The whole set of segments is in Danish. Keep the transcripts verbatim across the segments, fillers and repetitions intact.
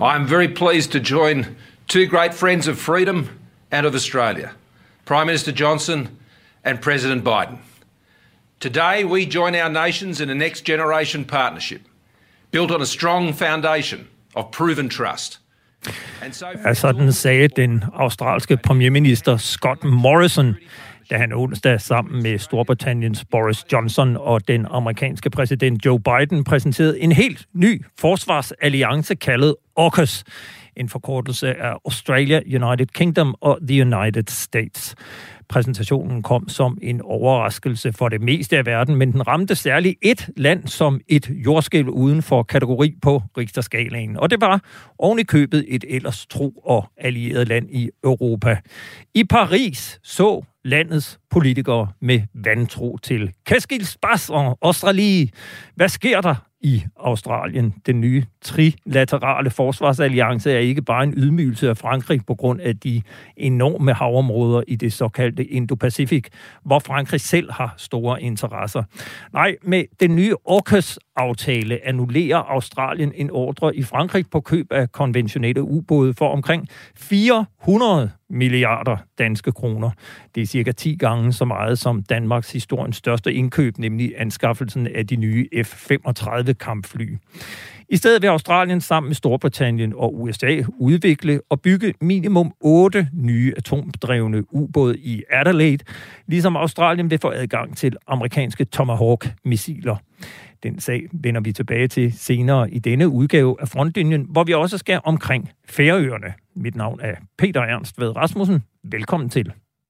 I am very pleased to join two great friends of freedom and of Australia, Prime Minister Johnson and President Biden. Today, we join our nations in a next generation partnership built on a strong foundation of proven trust. Ja, sådan sagde den australske premierminister Scott Morrison, da han onsdag sammen med Storbritanniens Boris Johnson og den amerikanske præsident Joe Biden præsenterede en helt ny forsvarsalliance kaldet AUKUS, en forkortelse af Australia, United Kingdom og The United States. Præsentationen kom som en overraskelse for det meste af verden, men den ramte særligt et land som et jordskælv uden for kategori på Richterskalaen. Og det var oven i købet et ellers tro og allieret land i Europa. I Paris så landets politikere med vantro til. Qu'est-ce qui se passe en Australie? Hvad sker der i Australien? Den nye trilaterale forsvarsalliance er ikke bare en ydmygelse af Frankrig på grund af de enorme havområder i det såkaldte Indo-Pacific, hvor Frankrig selv har store interesser. Nej, med den nye AUKUS-aftale annullerer Australien en ordre i Frankrig på køb af konventionelle ubåde for omkring fire hundrede milliarder danske kroner. Det er cirka ti gange så meget som Danmarks historiens største indkøb, nemlig anskaffelsen af de nye F femogtredive kampfly. I stedet vil Australien sammen med Storbritannien og U S A udvikle og bygge minimum otte nye atomdrevne ubåde i Adelaide, ligesom Australien vil få adgang til amerikanske Tomahawk-missiler. Den sag vender vi tilbage til senere i denne udgave af Frontlinjen, hvor vi også skal omkring Færøerne. Mit navn er Peter Ernst Ved Rasmussen. Velkommen til.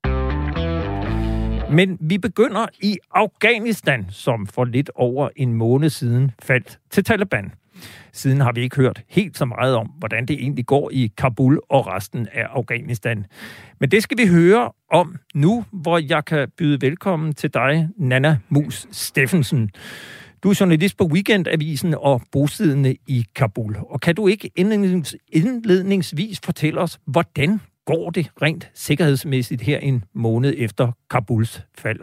Men vi begynder i Afghanistan, som for lidt over en måned siden faldt til Taliban. Siden har vi ikke hørt helt så meget om, hvordan det egentlig går i Kabul og resten af Afghanistan. Men det skal vi høre om nu, hvor jeg kan byde velkommen til dig, Nanna Mus Steffensen. Du er journalist på Weekendavisen og bosiddende i Kabul. Og kan du ikke indlednings- indledningsvis fortælle os, hvordan går det rent sikkerhedsmæssigt her en måned efter Kabuls fald?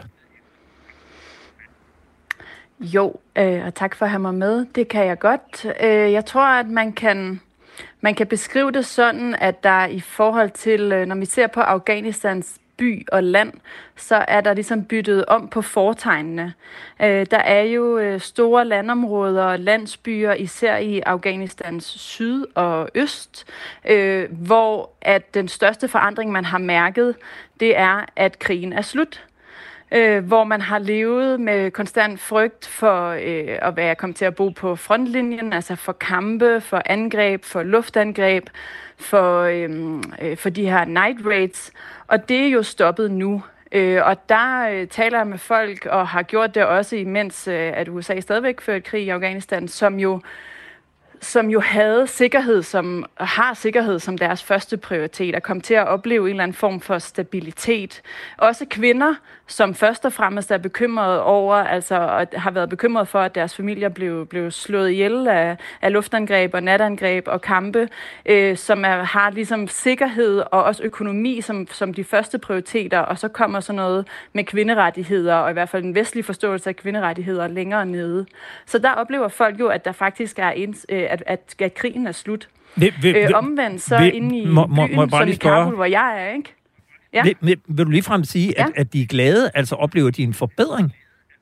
Jo, øh, og tak for at have mig med. Det kan jeg godt. Øh, jeg tror, at man kan, man kan beskrive det sådan, at der i forhold til, øh, når vi ser på Afghanistans by og land, så er der ligesom byttet om på fortegnene. Øh, der er jo øh, store landområder og landsbyer, især i Afghanistans syd og øst, øh, hvor at den største forandring, man har mærket, det er, at krigen er slut. Øh, hvor man har levet med konstant frygt for øh, at være kommet til at bo på frontlinjen, altså for kampe, for angreb, for luftangreb, for, øh, øh, for de her night raids, og det er jo stoppet nu. Øh, og der øh, taler jeg med folk, og har gjort det også imens, øh, at U S A stadigvæk førte krig i Afghanistan, som jo som jo havde sikkerhed, som har sikkerhed som deres første prioritet, at komme til at opleve en eller anden form for stabilitet. Også kvinder, som først og fremmest er bekymrede over, altså har været bekymrede for, at deres familier blev, blev slået ihjel af, af luftangreb og natangreb og kampe, øh, som er, har ligesom sikkerhed og også økonomi som, som de første prioriteter, og så kommer sådan noget med kvinderettigheder, og i hvert fald en vestlig forståelse af kvinderettigheder længere nede. Så der oplever folk jo, at der faktisk er en, øh, at, at, at krigen er slut. Vil, vil, øh, omvendt så vil, inde i må, byen, må, må som i Kabul, hvor jeg er, ikke? Ja. Vil, vil, vil du ligefrem sige, ja. at, at de er glade, altså oplever de en forbedring?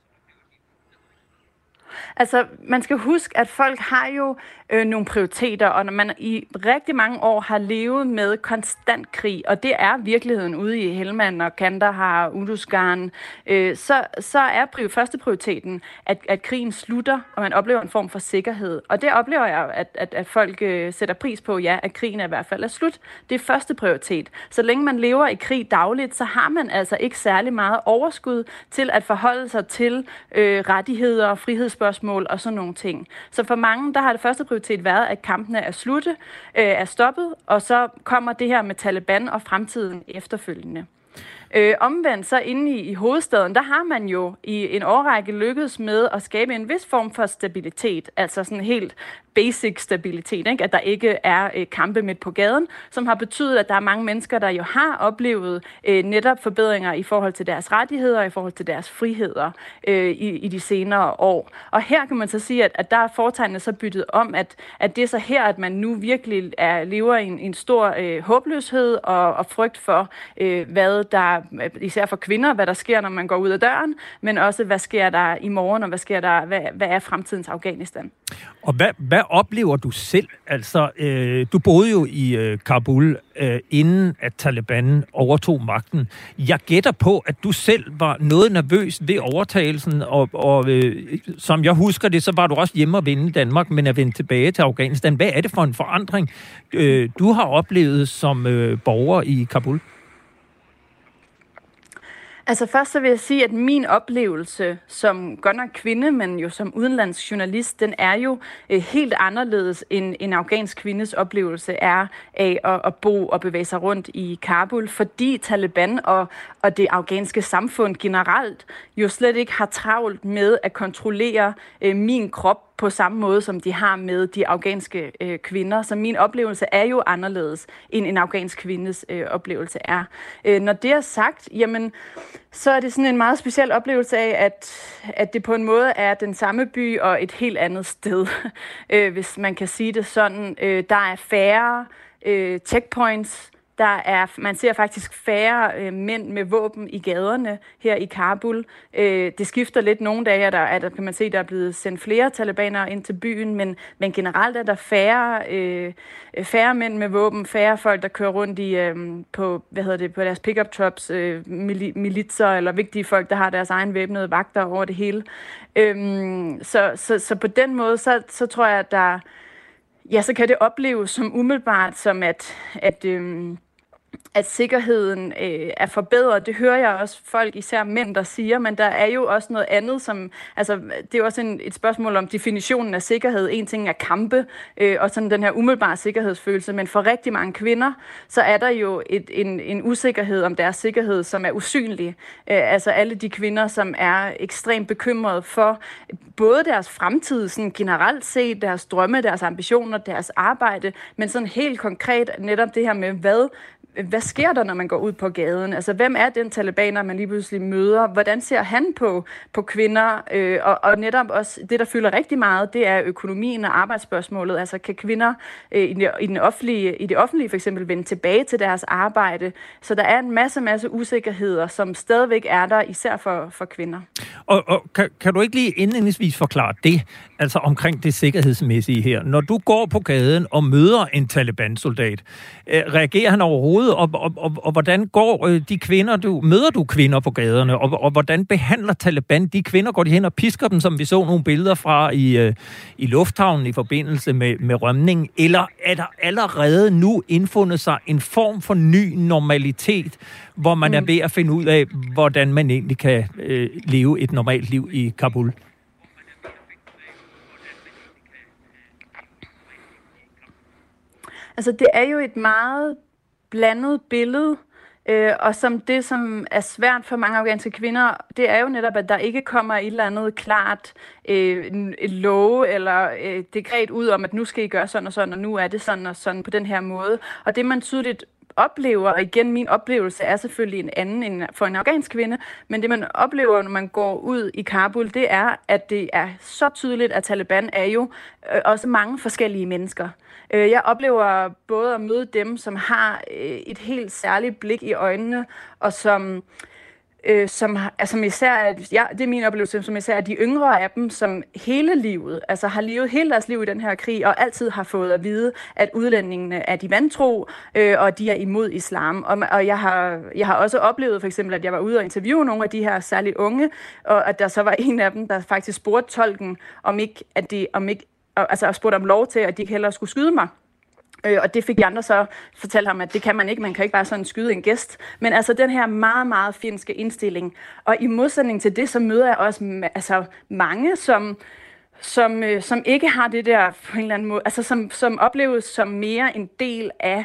Altså, man skal huske, at folk har jo øh, nogle prioriteter, og når man i rigtig mange år har levet med konstant krig, og det er virkeligheden ude i Helmand og Kandahar, Uruzgan, øh, så, så er pri- første prioriteten, at, at krigen slutter, og man oplever en form for sikkerhed. Og det oplever jeg, at, at, at folk øh, sætter pris på, ja, at krigen er i hvert fald er slut. Det er første prioritet. Så længe man lever i krig dagligt, så har man altså ikke særlig meget overskud til at forholde sig til øh, rettigheder og frihedsspørgsmål og sådan nogle ting. Så for mange, der har det første prioritet været, at kampene er slutte, øh, er stoppet, og så kommer det her med Taliban og fremtiden efterfølgende. Øh, omvendt så inde i, i hovedstaden, der har man jo i en årrække lykkedes med at skabe en vis form for stabilitet, altså sådan helt basic stabilitet, ikke? At der ikke er øh, kampe midt på gaden, som har betydet, at der er mange mennesker, der jo har oplevet øh, netop forbedringer i forhold til deres rettigheder, i forhold til deres friheder øh, i, i de senere år. Og her kan man så sige, at, at der er fortegnene så byttet om, at, at det er så her, at man nu virkelig er, lever i en, en stor øh, håbløshed og, og frygt for, øh, hvad der, især for kvinder, hvad der sker, når man går ud af døren, men også, hvad sker der i morgen, og hvad sker der, hvad, hvad er fremtidens Afghanistan? Og hvad, hvad oplever du selv? Altså, øh, du boede jo i øh, Kabul, øh, inden at Taliban overtog magten. Jeg gætter på, at du selv var noget nervøs ved overtagelsen, og, og øh, som jeg husker det, så var du også hjemme og vende i Danmark, men at vende tilbage til Afghanistan. Hvad er det for en forandring, øh, du har oplevet som øh, borger i Kabul? Altså først så vil jeg sige, at min oplevelse som godt nok kvinde, men jo som udenlandsk journalist, den er jo øh, helt anderledes end en afghansk kvindes oplevelse er af at, at bo og bevæge sig rundt i Kabul, fordi Taliban og, og det afghanske samfund generelt jo slet ikke har travlt med at kontrollere øh, min krop på samme måde, som de har med de afghanske øh, kvinder. Så min oplevelse er jo anderledes, end en afghansk kvindes øh, oplevelse er. Øh, når det er sagt, jamen, så er det sådan en meget speciel oplevelse af, at, at det på en måde er den samme by og et helt andet sted, øh, hvis man kan sige det sådan. Øh, der er færre øh, checkpoints. Der er, man ser faktisk færre øh, mænd med våben i gaderne her i Kabul. Øh, det skifter lidt nogle dage, at der, at der kan man se, der er blevet sendt flere talibanere ind til byen, men, men generelt er der færre, øh, færre mænd med våben, færre folk, der kører rundt i, øh, på, hvad hedder det, på deres pickup trucks, øh, militser eller vigtige folk, der har deres egen væbnede vagter over det hele. Øh, så, så, så på den måde, så, så tror jeg, at der ja, så kan det opleves som umiddelbart, som at, at, øhm, at sikkerheden øh, er forbedret. Det hører jeg også folk, især mænd, der siger, men der er jo også noget andet, som, altså det er jo også en, et spørgsmål om definitionen af sikkerhed. En ting er kampe, øh, og sådan den her umiddelbare sikkerhedsfølelse, men for rigtig mange kvinder, så er der jo et, en, en usikkerhed om deres sikkerhed, som er usynlig. Øh, altså alle de kvinder, som er ekstremt bekymrede for både deres fremtid, sådan generelt set, deres drømme, deres ambitioner, deres arbejde, men sådan helt konkret netop det her med, hvad Hvad sker der, når man går ud på gaden? Altså, hvem er den talibaner, man lige pludselig møder? Hvordan ser han på, på kvinder? Øh, og, og netop også det, der fylder rigtig meget, det er økonomien og arbejdsspørgsmålet. Altså, kan kvinder øh, i, den, i, den offentlige, i det offentlige for eksempel vende tilbage til deres arbejde? Så der er en masse, masse usikkerheder, som stadigvæk er der, især for, for kvinder. Og, og kan, kan du ikke lige indledningsvis forklare det, altså omkring det sikkerhedsmæssige her? Når du går på gaden og møder en Taliban-soldat, øh, reagerer han overhovedet? Og, og, og, og hvordan går øh, de kvinder, du møder du kvinder på gaderne, og, og hvordan behandler Taliban de kvinder? Går de hen og pisker dem, som vi så nogle billeder fra i, øh, i lufthavnen i forbindelse med, med rømningen? Eller er der allerede nu indfundet sig en form for ny normalitet, hvor man mm. er ved at finde ud af, hvordan man egentlig kan øh, leve et normalt liv i Kabul? Altså, det er jo et meget blandet billede, øh, og som det, som er svært for mange afghanske kvinder, det er jo netop, at der ikke kommer et eller andet klart øh, et love eller øh, dekret ud om, at nu skal I gøre sådan og sådan, og nu er det sådan og sådan på den her måde. Og det, man tydeligt oplever, og igen, min oplevelse er selvfølgelig en anden end for en afghansk kvinde, men det, man oplever, når man går ud i Kabul, det er, at det er så tydeligt, at Taliban er jo øh, også mange forskellige mennesker. Jeg oplever både at møde dem, som har et helt særligt blik i øjnene, og som, øh, som, altså, som især, ja, det er min oplevelse, som især er de yngre af dem, som hele livet, altså har levet hele deres liv i den her krig, og altid har fået at vide, at udlændingene er de vantro, øh, og de er imod islam. Og, og jeg, har, jeg har også oplevet for eksempel, at jeg var ude og interviewe nogle af de her særligt unge, og at der så var en af dem, der faktisk spurgte tolken, om ikke, at de, om ikke altså jeg spurgte om lov til, at de ikke hellere skulle skyde mig. Øh, og det fik de andre så fortalt ham, at det kan man ikke. Man kan ikke bare sådan skyde en gæst. Men altså den her meget, meget fjendske indstilling. Og i modsætning til det, så møder jeg også altså, mange, som, som, øh, som ikke har det der på en eller anden måde, altså som, som opleves som mere en del af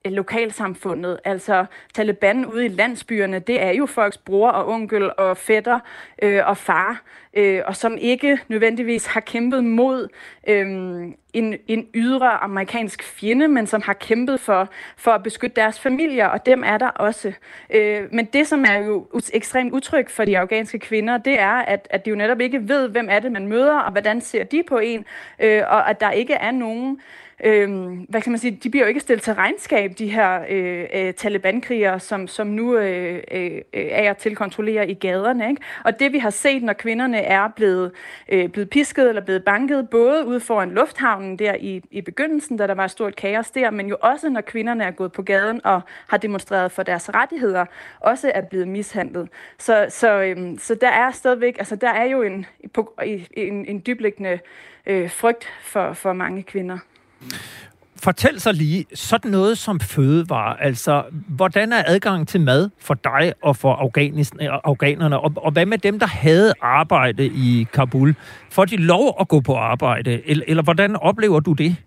lokalsamfundet. Altså Taliban ude i landsbyerne, det er jo folks bror og onkel og fætter øh, og far, øh, og som ikke nødvendigvis har kæmpet mod øh, en, en ydre amerikansk fjende, men som har kæmpet for, for at beskytte deres familier, og dem er der også. Øh, men det, som er jo ekstremt utrygt for de afghanske kvinder, det er, at, at de jo netop ikke ved, hvem er det, man møder, og hvordan ser de på en, øh, og at der ikke er nogen Øhm, hvad kan man sige, de bliver jo ikke stillet til regnskab, de her øh, øh, Taliban-krigere, som, som nu øh, øh, er til kontrollere i gaderne. Ikke? Og det vi har set, når kvinderne er blevet, øh, blevet pisket eller blevet banket, både ude foran lufthavnen der i, i begyndelsen, da der var et stort kaos der, men jo også når kvinderne er gået på gaden og har demonstreret for deres rettigheder, også er blevet mishandlet. Så, så, øh, så der er stadigvæk, altså der er jo en, en, en dybliggende øh, frygt for, for mange kvinder. Fortæl så lige, sådan noget som fødevare, altså hvordan er adgang til mad for dig og for afghanerne, og, og hvad med dem, der havde arbejde i Kabul? Får de lov at gå på arbejde, eller, eller hvordan oplever du det?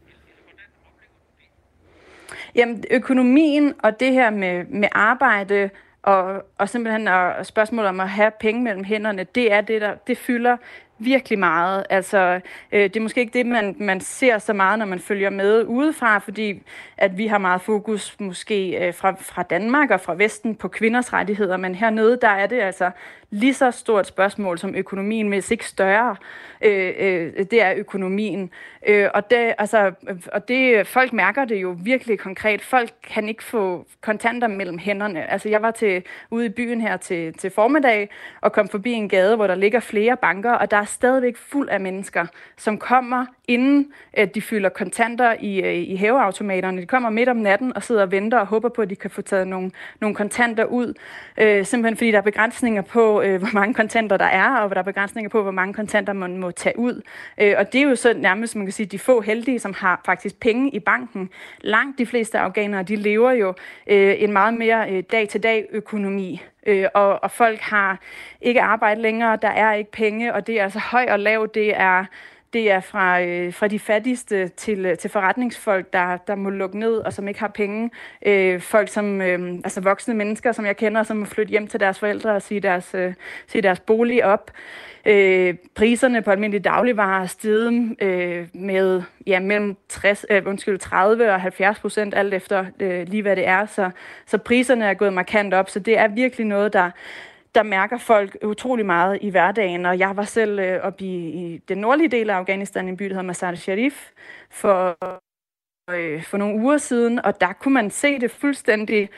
Jamen økonomien og det her med, med arbejde og, og simpelthen og spørgsmålet om at have penge mellem hænderne, det er det, der det fylder virkelig meget. Altså, øh, det er måske ikke det, man, man ser så meget, når man følger med udefra, fordi at vi har meget fokus måske øh, fra, fra Danmark og fra Vesten på kvinders rettigheder, men hernede, der er det altså lige så stort spørgsmål som økonomien, hvis ikke større. Øh, øh, det er økonomien. Øh, og, det, altså, og det, folk mærker det jo virkelig konkret. Folk kan ikke få kontanter mellem hænderne. Altså, jeg var til, ude i byen her til, til formiddag og kom forbi en gade, hvor der ligger flere banker, og der er stadigvæk fuld af mennesker, som kommer inden at de fylder kontanter i, i hæveautomaterne. De kommer midt om natten og sidder og venter og håber på, at de kan få taget nogle, nogle kontanter ud. Øh, simpelthen fordi der er begrænsninger på, øh, hvor mange kontanter der er, og der er begrænsninger på, hvor mange kontanter man må tage ud. Øh, og det er jo så nærmest, man kan sige, de få heldige, som har faktisk penge i banken. Langt de fleste afghanere, de lever jo øh, en meget mere øh, dag-til-dag økonomi. Øh, og, og folk har ikke arbejde længere, der er ikke penge, og det er altså høj og lav, det er Det er fra, øh, fra de fattigste til, til forretningsfolk, der, der må lukke ned, og som ikke har penge. Øh, folk som, øh, altså voksne mennesker, som jeg kender, som må flytte hjem til deres forældre og sige deres, øh, sige deres bolig op. Øh, priserne på almindelige dagligvarer er steget øh, med ja, mellem tres, øh, undskyld, tredive og halvfjerds procent, alt efter øh, lige hvad det er. Så, så priserne er gået markant op, så det er virkelig noget, der der mærker folk utrolig meget i hverdagen, og jeg var selv øh, oppe i, i den nordlige del af Afghanistan, i en by, der hedder Mazar-i-Sharif, for, øh, for nogle uger siden, og der kunne man se det fuldstændig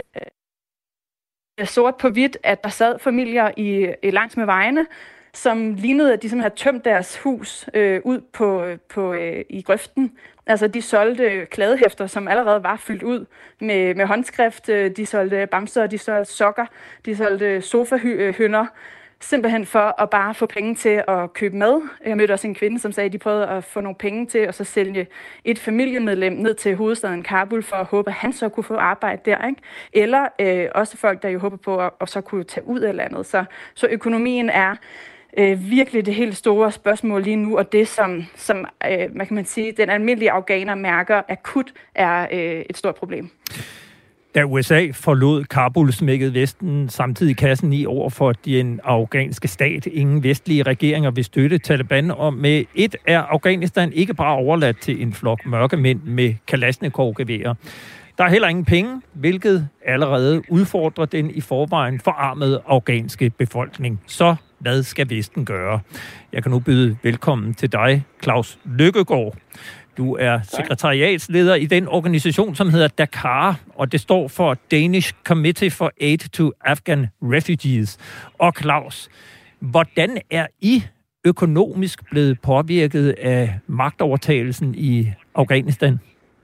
øh, sort på hvidt, at der sad familier i, i langs med vejene, som lignede, at de simpelthen havde tømt deres hus øh, ud på, på, øh, i grøften. Altså, de solgte kladehæfter, som allerede var fyldt ud med, med håndskrift. De solgte bamser, de solgte sokker, de solgte sofahønder, simpelthen for at bare få penge til at købe mad. Jeg mødte også en kvinde, som sagde, at de prøvede at få nogle penge til at så sælge et familiemedlem ned til hovedstaden Kabul, for at håbe, at han så kunne få arbejde der. Ikke? Eller øh, også folk, der jo håber på at, at så kunne tage ud af landet. Så, så økonomien er Øh, virkelig det helt store spørgsmål lige nu, og det, som, som øh, man kan man sige, den almindelige afghaner mærker akut, er øh, et stort problem. Da U S A forlod Kabul, smækkede Vesten samtidig kassen i over for den afghanske stat. Ingen vestlige regeringer vil støtte Taliban, og med et er Afghanistan ikke bare overladt til en flok mørkemænd med Kalashnikov-geværer. Der er heller ingen penge, hvilket allerede udfordrer den i forvejen forarmede afghanske befolkning. Så hvad skal Vesten gøre? Jeg kan nu byde velkommen til dig, Klaus Lykkegaard. Du er sekretariatsleder i den organisation, som hedder Dakar, og det står for Danish Committee for Aid to Afghan Refugees. Og Klaus, hvordan er I økonomisk blevet påvirket af magtovertagelsen i Afghanistan?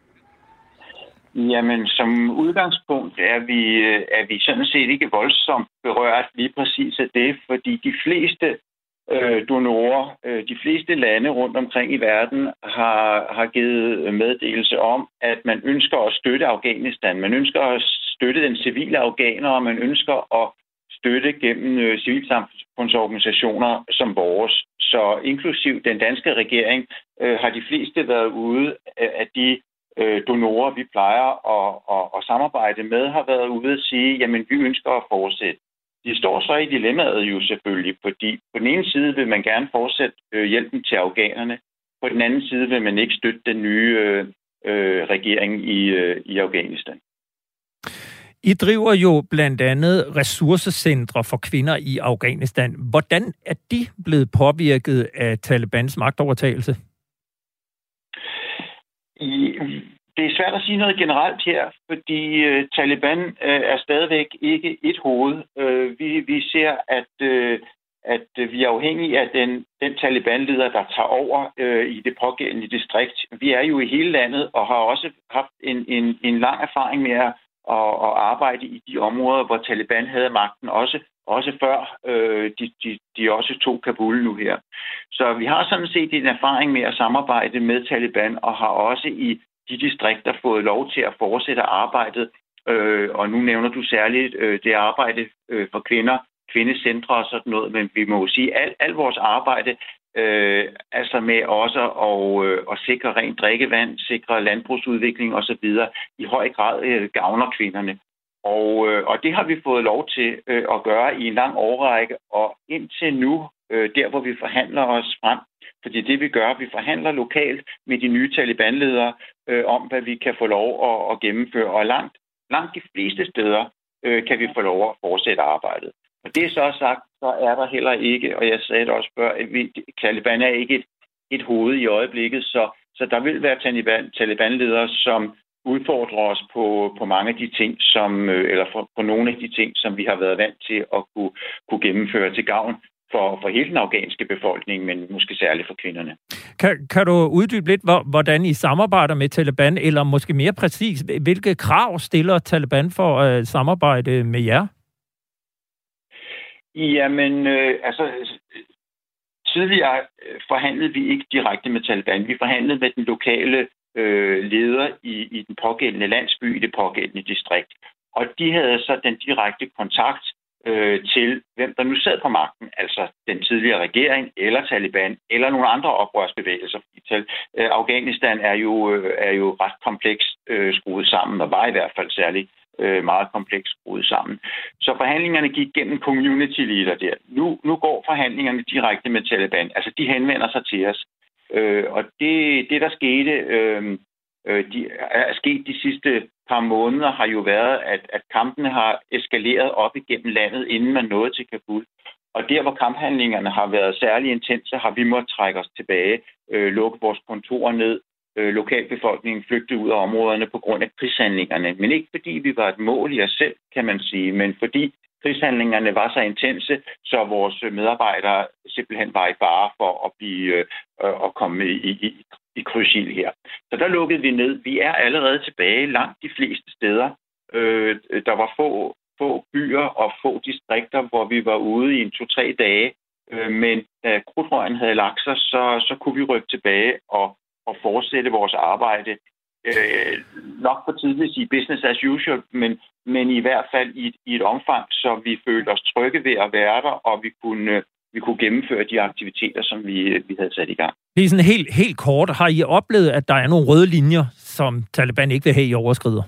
Jamen, som udgangspunkt er vi, er vi sådan set ikke voldsomt berørt lige præcis af det, fordi de fleste øh, donorer, øh, de fleste lande rundt omkring i verden har, har givet meddelelse om, at man ønsker at støtte Afghanistan. Man ønsker at støtte den civile afghaner, og man ønsker at støtte gennem øh, civilsamfundsorganisationer som vores. Så inklusiv den danske regering øh, har de fleste været ude af de øh, donorer, vi plejer at, at, at samarbejde med, har været ude at sige, jamen vi ønsker at fortsætte. De står så i dilemmaet jo selvfølgelig, fordi på den ene side vil man gerne fortsætte øh, hjælpen til afghanerne, på den anden side vil man ikke støtte den nye øh, øh, regering i, øh, i Afghanistan. I driver jo blandt andet ressourcecentre for kvinder i Afghanistan. Hvordan er de blevet påvirket af Talibans magtovertagelse? I, det er svært at sige noget generelt her, fordi uh, Taliban uh, er stadigvæk ikke et hoved. Uh, vi, vi ser, at, uh, at vi er afhængige af den, den Taliban-leder, der tager over uh, i det pågældende distrikt. Vi er jo i hele landet og har også haft en, en, en lang erfaring med at Og, og arbejde i de områder, hvor Taliban havde magten, også, også før øh, de, de, de også tog Kabul nu her. Så vi har sådan set en erfaring med at samarbejde med Taliban, og har også i de distrikter fået lov til at fortsætte arbejdet. Øh, og nu nævner du særligt øh, det arbejde øh, for kvinder, kvindecentre og sådan noget, men vi må jo sige, at al, al vores arbejde, Øh, altså med også at, øh, at sikre rent drikkevand, sikre landbrugsudvikling osv. i høj grad øh, gavner kvinderne. Og, øh, og det har vi fået lov til øh, at gøre i en lang årrække, og indtil nu, øh, der hvor vi forhandler os frem, fordi det vi gør, vi forhandler lokalt med de nye Taliban-ledere øh, om, hvad vi kan få lov at, at gennemføre, og langt, langt de fleste steder øh, kan vi få lov at fortsætte arbejdet. Og det er så sagt, så er der heller ikke, og jeg sagde det også før, at vi, Taliban er ikke et, et hoved i øjeblikket, så, så der vil være Taliban, Taliban-ledere, som udfordrer os på, på mange af de ting, som, eller for, på nogle af de ting, som vi har været vant til at kunne, kunne gennemføre til gavn for, for hele den afghanske befolkning, men måske særligt for kvinderne. Kan, kan du uddybe lidt, hvordan I samarbejder med Taliban, eller måske mere præcis, hvilke krav stiller Taliban for at samarbejde med jer? Jamen, øh, altså, tidligere forhandlede vi ikke direkte med Taliban. Vi forhandlede med den lokale øh, leder i, i den pågældende landsby, i det pågældende distrikt. Og de havde så den direkte kontakt øh, til, hvem der nu sad på magten, altså den tidligere regering, eller Taliban, eller nogle andre oprørsbevægelser. Øh, Afghanistan er jo, øh, er jo ret komplekst øh, skruet sammen, og var i hvert fald særligt meget komplekst skruet sammen. Så forhandlingerne gik gennem community leader der. Nu, nu går forhandlingerne direkte med Taliban. Altså, de henvender sig til os. Øh, og det, det, der skete, øh, de, er sket de sidste par måneder, har jo været, at, at kampene har eskaleret op igennem landet, inden man nåede til Kabul. Og der, hvor kamphandlingerne har været særlig intense, har vi måttet trække os tilbage, øh, lukke vores kontorer ned, lokalbefolkningen flygtede ud af områderne på grund af krigshandlingerne. Men ikke fordi vi var et mål i os selv, kan man sige, men fordi krigshandlingerne var så intense, så vores medarbejdere simpelthen var i fare for at blive øh, at komme i, i, i krydsild her. Så der lukkede vi ned. Vi er allerede tilbage langt de fleste steder. Øh, der var få, få byer og få distrikter, hvor vi var ude i en to-tre dage. Øh, men da krudtrøjen havde lagt sig, så, så kunne vi rykke tilbage og og fortsætte vores arbejde. Øh, nok for tidligt at sige business as usual, men, men i hvert fald i, i et omfang, så vi følte os trygge ved at være der, og vi kunne, vi kunne gennemføre de aktiviteter, som vi, vi havde sat i gang. Det er sådan helt, helt kort. Har I oplevet, at der er nogle røde linjer, som Taliban ikke vil have, I overskrider?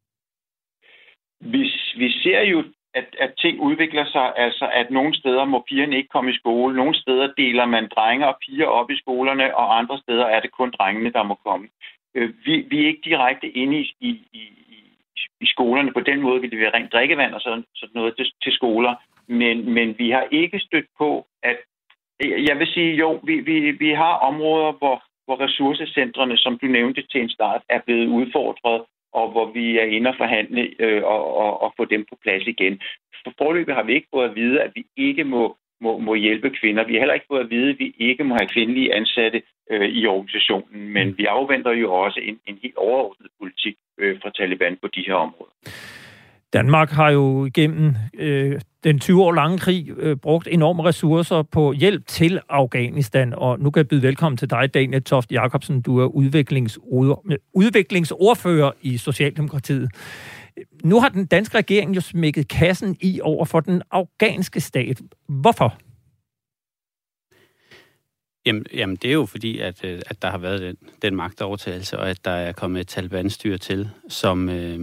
Vi, vi ser jo, At, at ting udvikler sig, altså at nogle steder må pigerne ikke komme i skole, nogle steder deler man drenge og piger op i skolerne, og andre steder er det kun drengene, der må komme. Øh, vi, vi er ikke direkte inde i, i, i, i skolerne på den måde, vi leverer rent drikkevand og sådan, sådan noget til, til skoler, men, men vi har ikke stødt på, at jeg vil sige, jo, vi, vi, vi har områder, hvor, hvor ressourcecentrene, som du nævnte til en start, er blevet udfordret, og hvor vi er inde og forhandle øh, og, og, og få dem på plads igen. For foreløbig har vi ikke fået at vide, at vi ikke må, må, må hjælpe kvinder. Vi har heller ikke fået at vide, at vi ikke må have kvindelige ansatte øh, i organisationen, men vi afventer jo også en, en helt overordnet politik øh, fra Taliban på de her områder. Danmark har jo igennem øh, den tyve år lange krig øh, brugt enorme ressourcer på hjælp til Afghanistan, og nu kan jeg byde velkommen til dig, Daniel Toft Jakobsen. Du er udviklingsordfører i Socialdemokratiet. Nu har den danske regering jo smækket kassen i over for den afghanske stat. Hvorfor? Jamen, jamen, det er jo fordi, at, at der har været den, den magtovertagelse, og at der er kommet et Taliban-styre til, som, øh,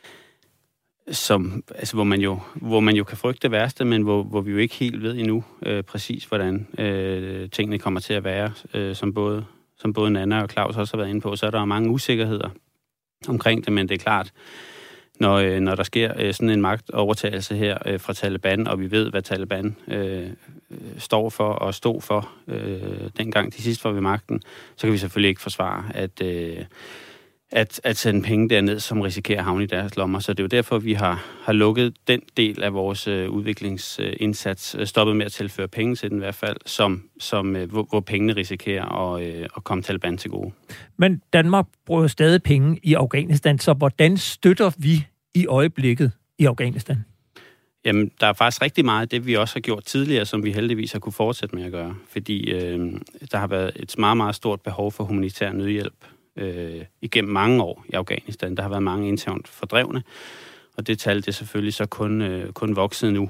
som, altså, hvor, man jo, hvor man jo kan frygte det værste, men hvor, hvor vi jo ikke helt ved endnu øh, præcis, hvordan øh, tingene kommer til at være, øh, som, både, som både Nanna og Claus også har været inde på. Så er der mange usikkerheder omkring det, men det er klart, når, øh, når der sker øh, sådan en magtovertagelse her øh, fra Taliban, og vi ved, hvad Taliban øh, står for og stod for øh, dengang de sidst var ved magten, så kan vi selvfølgelig ikke forsvare, at, øh, at, at sende penge derned, som risikerer at havne i deres lommer. Så det er jo derfor, vi har, har lukket den del af vores øh, udviklingsindsats, øh, stoppet med at tilføre penge til den i hvert fald, som, som, øh, hvor, hvor pengene risikerer at, øh, at komme Taliban til gode. Men Danmark bruger stadig penge i Afghanistan, så hvordan støtter vi i øjeblikket i Afghanistan? Jamen, der er faktisk rigtig meget af det, vi også har gjort tidligere, som vi heldigvis har kunne fortsætte med at gøre. Fordi øh, der har været et meget, meget stort behov for humanitær nødhjælp øh, igennem mange år i Afghanistan. Der har været mange internt fordrevne, og det tal det er selvfølgelig så kun, øh, kun vokset nu.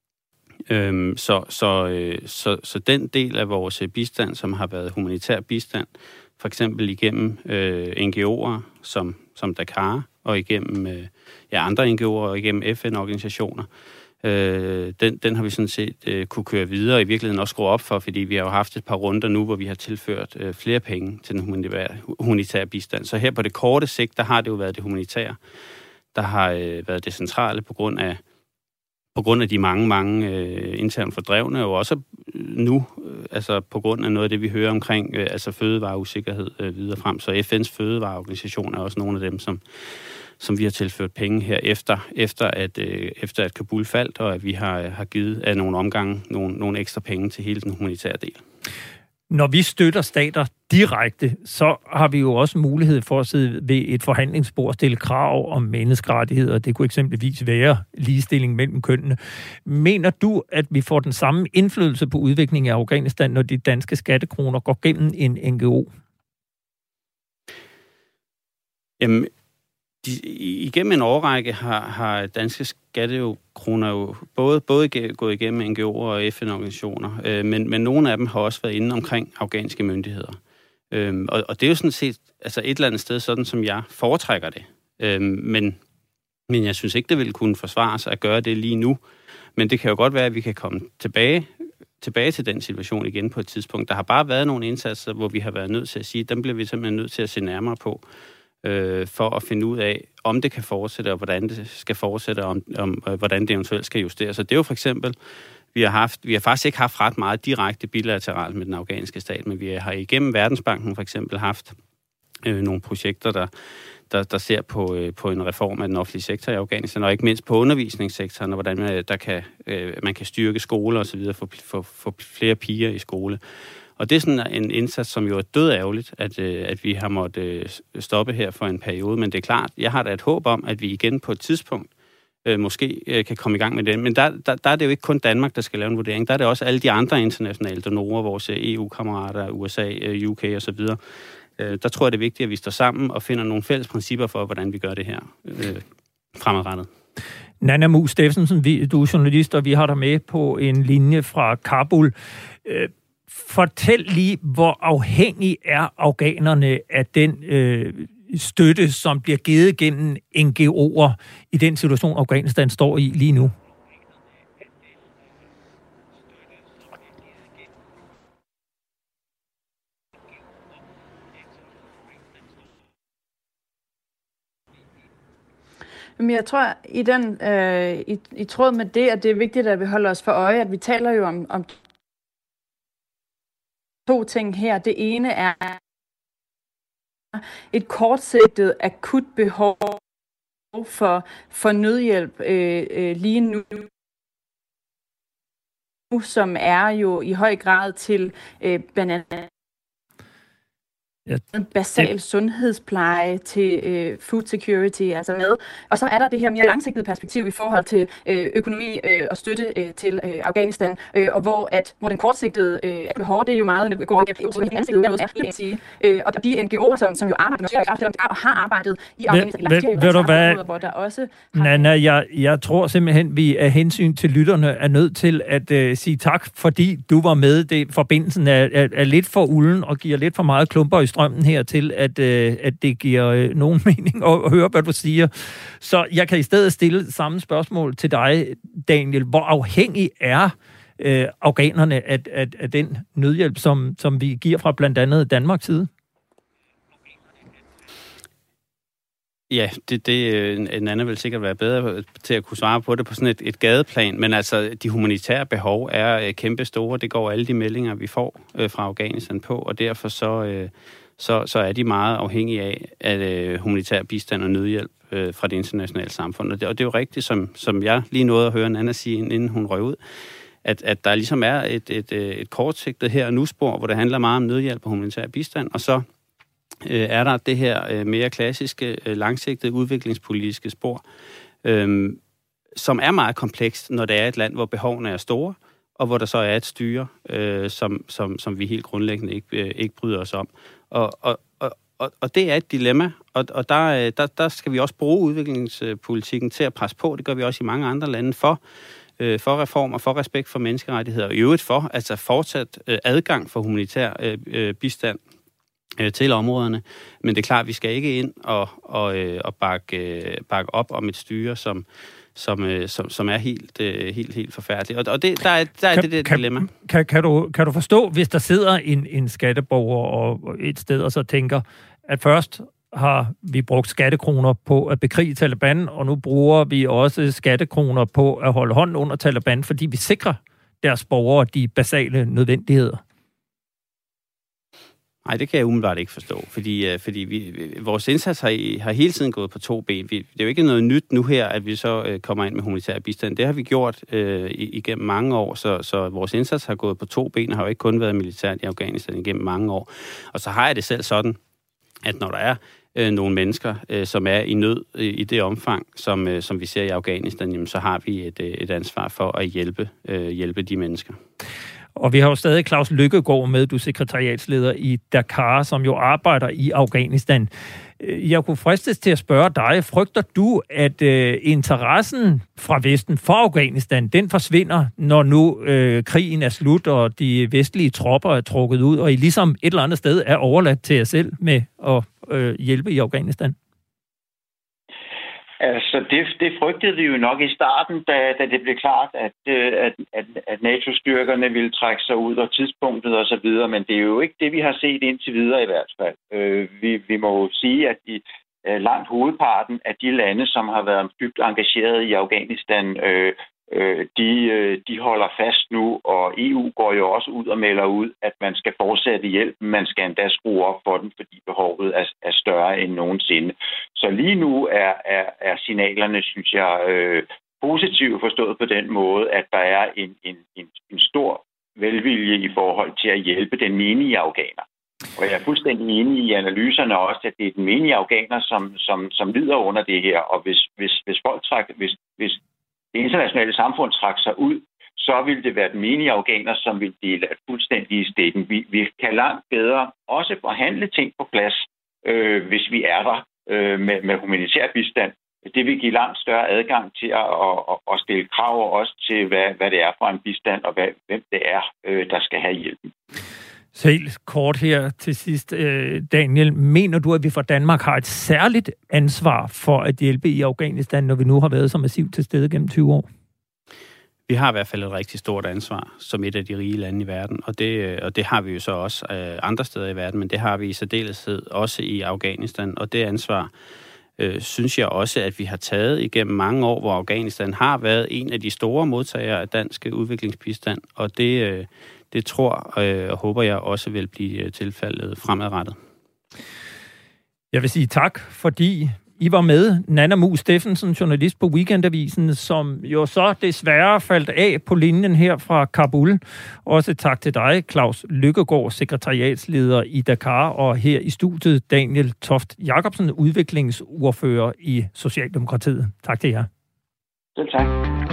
Øh, så, så, øh, så, så den del af vores bistand, som har været humanitær bistand, for eksempel igennem øh, N G O'er som, som Dakar, og igennem øh, ja, andre N G O'er og igennem F N-organisationer, Øh, den, den har vi sådan set øh, kunne køre videre og i virkeligheden også skrue op for, fordi vi har jo haft et par runder nu, hvor vi har tilført øh, flere penge til den humanitære, humanitære bistand. Så her på det korte sigt, der har det jo været det humanitære, der har øh, været det centrale på grund af, på grund af de mange, mange øh, internt fordrevne, og også nu, øh, altså på grund af noget af det, vi hører omkring, øh, altså fødevareusikkerhed øh, videre frem. Så F N's fødevareorganisation er også nogle af dem, som som vi har tilført penge her efter, efter, at, øh, efter at Kabul faldt, og at vi har, har givet af nogle omgange nogle, nogle ekstra penge til hele den humanitære del. Når vi støtter stater direkte, så har vi jo også mulighed for at sidde ved et forhandlingsbord og stille krav om menneskerettigheder. Det kunne eksempelvis være ligestilling mellem kønnene. Mener du, at vi får den samme indflydelse på udviklingen af Afghanistan, når de danske skattekroner går gennem en N G O? Jamen, De, igennem en årrække har, har danske skattekroner jo både, både gået igennem N G O'er og F N-organisationer, øh, men, men nogle af dem har også været inde omkring afghanske myndigheder. Øh, og, og det er jo sådan set altså et eller andet sted, sådan som jeg foretrækker det. Øh, men, men jeg synes ikke, det vil kunne forsvare sig at gøre det lige nu. Men det kan jo godt være, at vi kan komme tilbage, tilbage til den situation igen på et tidspunkt. Der har bare været nogle indsatser, hvor vi har været nødt til at sige, at dem bliver vi simpelthen nødt til at se nærmere på, for at finde ud af, om det kan fortsætte, og hvordan det skal fortsætte, og om, om, hvordan det eventuelt skal justeres. Så det er jo for eksempel, vi har, haft, vi har faktisk ikke haft ret meget direkte bilateralt med den afghanske stat, men vi har igennem Verdensbanken for eksempel haft øh, nogle projekter, der, der, der ser på, øh, på en reform af den offentlige sektor i Afghanistan, og ikke mindst på undervisningssektoren, og hvordan man, der kan, øh, man kan styrke skoler og så videre, for, for, for flere piger i skole. Og det er sådan en indsats, som jo er død ærgerligt, at, at vi har måttet stoppe her for en periode. Men det er klart, jeg har da et håb om, at vi igen på et tidspunkt øh, måske øh, kan komme i gang med det. Men der, der, der er det jo ikke kun Danmark, der skal lave en vurdering. Der er det også alle de andre internationale donorer, vores E U-kammerater, U S A, U K osv. Øh, der tror jeg, det er vigtigt, at vi står sammen og finder nogle fælles principper for, hvordan vi gør det her øh, fremadrettet. Nanna Muus Steffensen, du er journalist, og vi har dig med på en linje fra Kabul. Øh, Fortæl lige, hvor afhængig er afghanerne af den øh, støtte, som bliver givet gennem N G O'er i den situation, Afghanistan står i lige nu? Men jeg tror, i, den, øh, i, i tråd med det, at det er vigtigt, at vi holder os for øje, at vi taler jo om, om to ting her. Det ene er et kortsigtet, akut behov for, for nødhjælp øh, øh, lige nu, som er jo i høj grad til øh, blandt andet Ja. En basal sundhedspleje til øh, food security, altså med. Og så er der det her mere langsigtede perspektiv i forhold til øh, økonomi øh, og støtte øh, til øh, Afghanistan, øh, og hvor at hvor den kortsigtede øh, behov, det er jo meget, det går igennem øh, og de N G O'er, som, som jo arbejder og har arbejdet i Afghanistan, ved, ved du hvad, hvor der også Nanna, jeg, jeg tror simpelthen, vi af hensyn til lytterne er nødt til at øh, sige tak, fordi du var med. Det forbindelsen er, er, er lidt for ulden og giver lidt for meget klumper i strømmen her til, at, øh, at det giver øh, nogen mening at, at høre, hvad du siger. Så jeg kan i stedet stille samme spørgsmål til dig, Daniel. Hvor afhængig er øh, afghanerne af, af, af den nødhjælp, som, som vi giver fra blandt andet Danmarks side? Ja, det, det en anden vil sikkert være bedre til at kunne svare på det på sådan et, et gadeplan, men altså de humanitære behov er kæmpe store. Det går alle de meldinger, vi får øh, fra Afghanistan på, og derfor så, øh, så, så er de meget afhængige af at øh, humanitær bistand og nødhjælp øh, fra det internationale samfund. Og det, og det er jo rigtigt, som, som jeg lige nåede at høre Nanna sige, inden hun røg ud, at, at der ligesom er et, et, et kortsigtet her og nu-spor, hvor det handler meget om nødhjælp og humanitær bistand, og så er der det her mere klassiske, langsigtede udviklingspolitiske spor, øhm, som er meget komplekst, når det er et land, hvor behovene er store, og hvor der så er et styre, øh, som, som, som vi helt grundlæggende ikke, ikke bryder os om. Og, og, og, og det er et dilemma, og, og der, der, der skal vi også bruge udviklingspolitikken til at presse på. Det gør vi også i mange andre lande for, øh, for reformer, for respekt for menneskerettigheder, og i øvrigt for altså fortsat øh, adgang for humanitær øh, bistand til områderne, men det er klart, at vi skal ikke ind og, og, og bakke, bakke op om et styre, som, som, som, som er helt, helt, helt forfærdeligt. Og det, der er, der er kan, det, det kan, dilemma. Kan, kan, du, kan du forstå, hvis der sidder en, en skatteborger og et sted og så tænker, at først har vi brugt skattekroner på at bekrige Taliban, og nu bruger vi også skattekroner på at holde hånden under Taliban, fordi vi sikrer deres borgere de basale nødvendigheder? Nej, det kan jeg umiddelbart ikke forstå, fordi, fordi vi, vores indsats har, har hele tiden gået på to ben. Vi, det er jo ikke noget nyt nu her, at vi så øh, kommer ind med humanitær bistand. Det har vi gjort øh, igennem mange år, så, så vores indsats har gået på to ben, og har jo ikke kun været militært i Afghanistan igennem mange år. Og så har jeg det selv sådan, at når der er øh, nogle mennesker, øh, som er i nød øh, i det omfang, som, øh, som vi ser i Afghanistan, jamen, så har vi et, øh, et ansvar for at hjælpe, øh, hjælpe de mennesker. Og vi har jo stadig Claus Lykkegaard med, du er sekretariatsleder i Dakar, som jo arbejder i Afghanistan. Jeg kunne fristes til at spørge dig, frygter du, at øh, interessen fra Vesten for Afghanistan, den forsvinder, når nu øh, krigen er slut, og de vestlige tropper er trukket ud, og I ligesom et eller andet sted er overladt til jer selv med at øh, hjælpe i Afghanistan? Altså, det, det frygtede vi jo nok i starten, da, da det blev klart, at, at, at, at NATO-styrkerne ville trække sig ud og tidspunktet og så videre, men det er jo ikke det, vi har set indtil videre i hvert fald. Øh, vi, vi må jo sige, at i øh, langt hovedparten af de lande, som har været dybt engageret i Afghanistan, øh, øh, de, øh, de holder fast nu, og E U går jo også ud og melder ud, at man skal fortsætte hjælpen, man skal endda skrue op for den, fordi behovet er, er større end nogensinde. Så lige nu er, er, er signalerne, synes jeg, øh, positive forstået på den måde, at der er en, en, en, en stor velvilje i forhold til at hjælpe den menige afghaner. Og jeg er fuldstændig enig i analyserne også, at det er den menige afghaner, som, som, som lider under det her. Og hvis, hvis, hvis folk træk, hvis, hvis det internationale samfund trækker sig ud, så vil det være den menige afghaner, som vil dele fuldstændig i stikken. Vi, vi kan langt bedre også forhandle ting på plads, øh, hvis vi er der øh, med, med humanitær bistand. Det vil give langt større adgang til at, at, at stille krav også til, hvad, hvad det er for en bistand, og hvad, hvem det er, øh, der skal have hjælpen. Så helt kort her til sidst, Daniel. Mener du, at vi fra Danmark har et særligt ansvar for at hjælpe i Afghanistan, når vi nu har været så massivt til stede gennem tyve år? Vi har i hvert fald et rigtig stort ansvar som et af de rige lande i verden, og det, og det har vi jo så også andre steder i verden, men det har vi i særdeleshed også i Afghanistan, og det ansvar øh, synes jeg også, at vi har taget igennem mange år, hvor Afghanistan har været en af de store modtagere af dansk udviklingsbistand, og det, øh, det tror øh, og håber jeg også vil blive tilfældet fremadrettet. Jeg vil sige tak, fordi I var med, Nanna Mus Steffensen, journalist på Weekendavisen, som jo så desværre faldt af på linjen her fra Kabul. Også tak til dig, Claus Lykkegaard, sekretariatsleder i Dakar, og her i studiet Daniel Toft Jacobsen, udviklingsordfører i Socialdemokratiet. Tak til jer. Selv tak.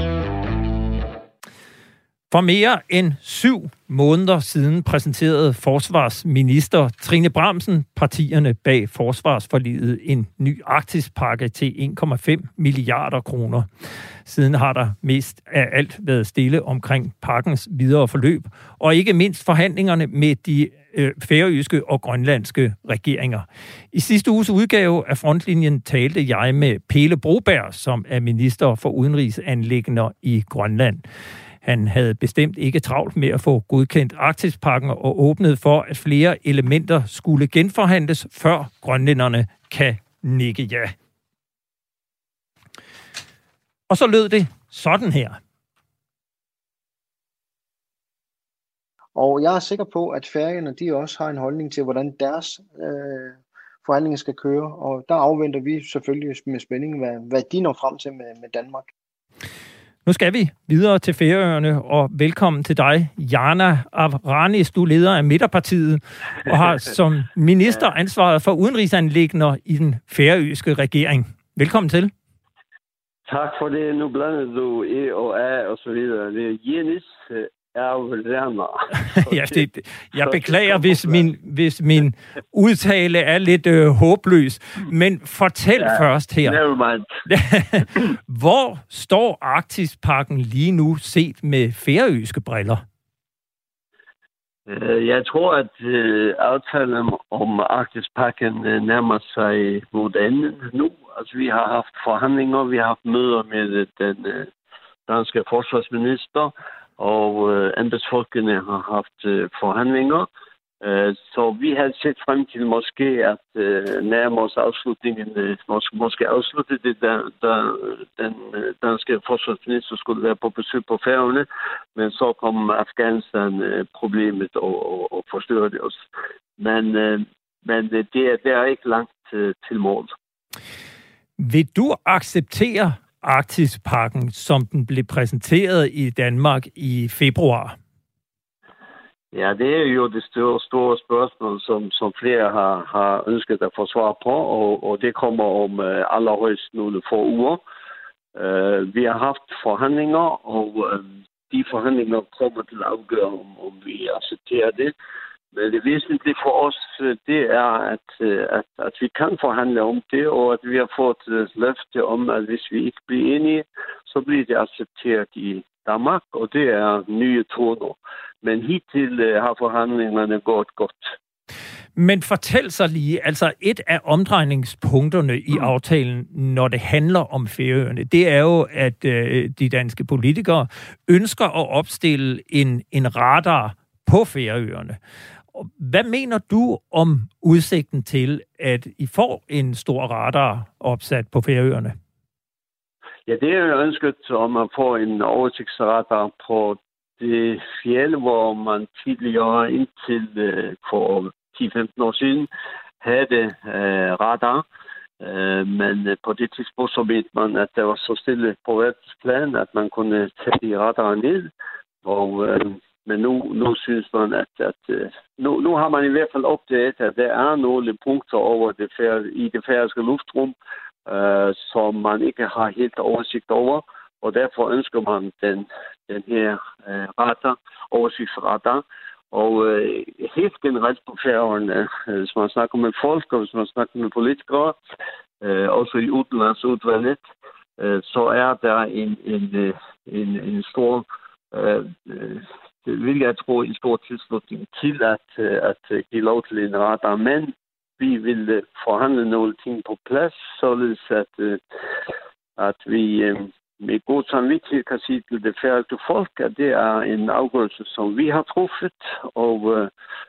For mere end syv måneder siden præsenterede forsvarsminister Trine Bramsen partierne bag forsvarsforliget en ny Arktispakke til en komma fem milliarder kroner. Siden har der mest af alt været stille omkring pakkens videre forløb, og ikke mindst forhandlingerne med de øh, færøske og grønlandske regeringer. I sidste uges udgave af Frontlinjen talte jeg med Pele Broberg, som er minister for udenrigsanliggender i Grønland. Han havde bestemt ikke travlt med at få godkendt Arktispakken og åbnede for, at flere elementer skulle genforhandles, før grønlænderne kan nikke ja. Og så lød det sådan her. Og jeg er sikker på, at færingerne de også har en holdning til, hvordan deres øh, forhandlinger skal køre. Og der afventer vi selvfølgelig med spænding, hvad, hvad de når frem til med, med Danmark. Nu skal vi videre til Færøerne, og velkommen til dig, Jana Avranis. Du er leder af Midterpartiet og har som minister ansvaret for udenrigsanliggender i den færøske regering. Velkommen til. Tak for det. Nu blander du E og A og så videre. Det er Jenis Avraner. ja, det, jeg beklager, hvis min, hvis min udtale er lidt øh, håbløs. Men fortæl ja, først her. Hvor står Arktispakken lige nu set med færøske briller? Jeg tror, at øh, aftalen om Arktispakken øh, nærmer sig mod enden nu. Altså, vi har haft forhandlinger, vi har haft møder med den øh, danske forsvarsminister, og øh, embedsfolkene har haft øh, forhandlinger. Øh, så vi har set frem til måske at øh, nærme os afslutningen, øh, måske, måske afslutte det, der, der den øh, danske forsvarsminister skulle være på besøg på Færøerne, men så kom Afghanistan-problemet øh, og, og, og forstyrrede os. Men, øh, men det, er, det er ikke langt øh, til mål. Vil du acceptere Arktispakken, som den blev præsenteret i Danmark i februar? Ja, det er jo det store, store spørgsmål, som, som flere har, har ønsket at få svar på, og, og det kommer om uh, allerhøjst nogle få uger. Uh, vi har haft forhandlinger, og uh, de forhandlinger kommer til at afgøre, om, om vi accepterer det. Men det væsentlige for os, det er, at, at, at vi kan forhandle om det, og at vi har fået et løfte om, at hvis vi ikke bliver enige, så bliver det accepteret i Danmark, og det er nye toner. Men hittil har forhandlingerne gået godt. Men fortæl så lige, altså et af omdrejningspunkterne i aftalen, når det handler om Færøerne, det er jo, at øh, de danske politikere ønsker at opstille en, en radar på Færøerne. Hvad mener du om udsigten til, at I får en stor radar opsat på Færøerne? Ja, det er jo ønsket om at få en oversigtsradar på det fjeld, hvor man tidligere indtil uh, for ti til femten år siden havde uh, radar. Uh, men uh, på det tidspunkt så ved man, at der var så stille på verdensplan, at man kunne tage de radar ned. Og, uh, men nu, nu synes man, at, at uh, nu, nu har man i hvert fald opdaget, at der er nogle punkter over det færd, i det færøske luftrum, Uh, som man ikke har helt oversigt over, og derfor ønsker man den, den her uh, radar, oversigtsradar. Og uh, helt generelt på Færøerne, uh, hvis man snakker med folk, og hvis man snakker med politikere, uh, også i udenlandsudvalget, uh, så er der en, en, en, en stor, uh, uh, vil jeg tro, en stor tilslutning til at, uh, at give lov til en radar, men vi vil forhandle nogle ting på plads, således at, at vi med god samvittighed kan sige til det færøske folk, at det er en afgørelse, som vi har truffet, og,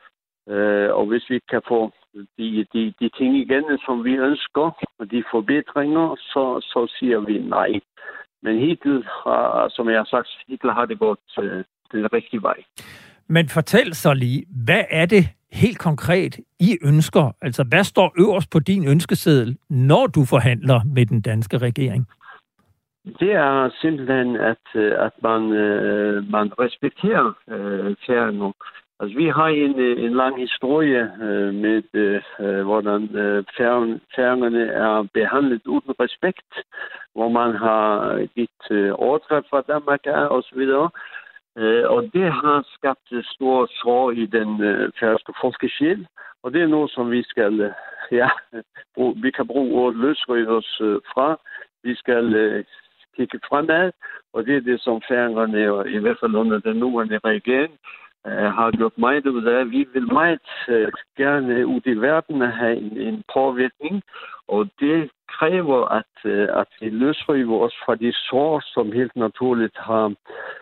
øh, og hvis vi kan få de, de, de ting igen, som vi ønsker, og de forbedringer, så, så siger vi nej. Men hittil, har, som jeg har sagt, hittil har det gået øh, den rigtige vej. Men fortæl så lige, hvad er det helt konkret, I ønsker? Altså, hvad står øverst på din ønskeseddel, når du forhandler med den danske regering? Det er simpelthen, at, at man, man respekterer Færøerne. Altså, vi har en, en lang historie med, hvordan Færøerne er behandlet uden respekt, hvor man har givet overtræk fra Danmark og så videre. Og det har skabt stor sorg i den færøske folkesjæl. Og det er noget, som vi skal, ja, vi kan bruge ordet løsrive os fra. Vi skal kigge fremad, og det er det, som færingerne, i hvert fald under den nuværende regering, har gjort meget ud af. Vi vil meget gerne ud i verden have en, en påvirkning, og det kræver, at, at vi løsriver os fra de sår, som helt naturligt har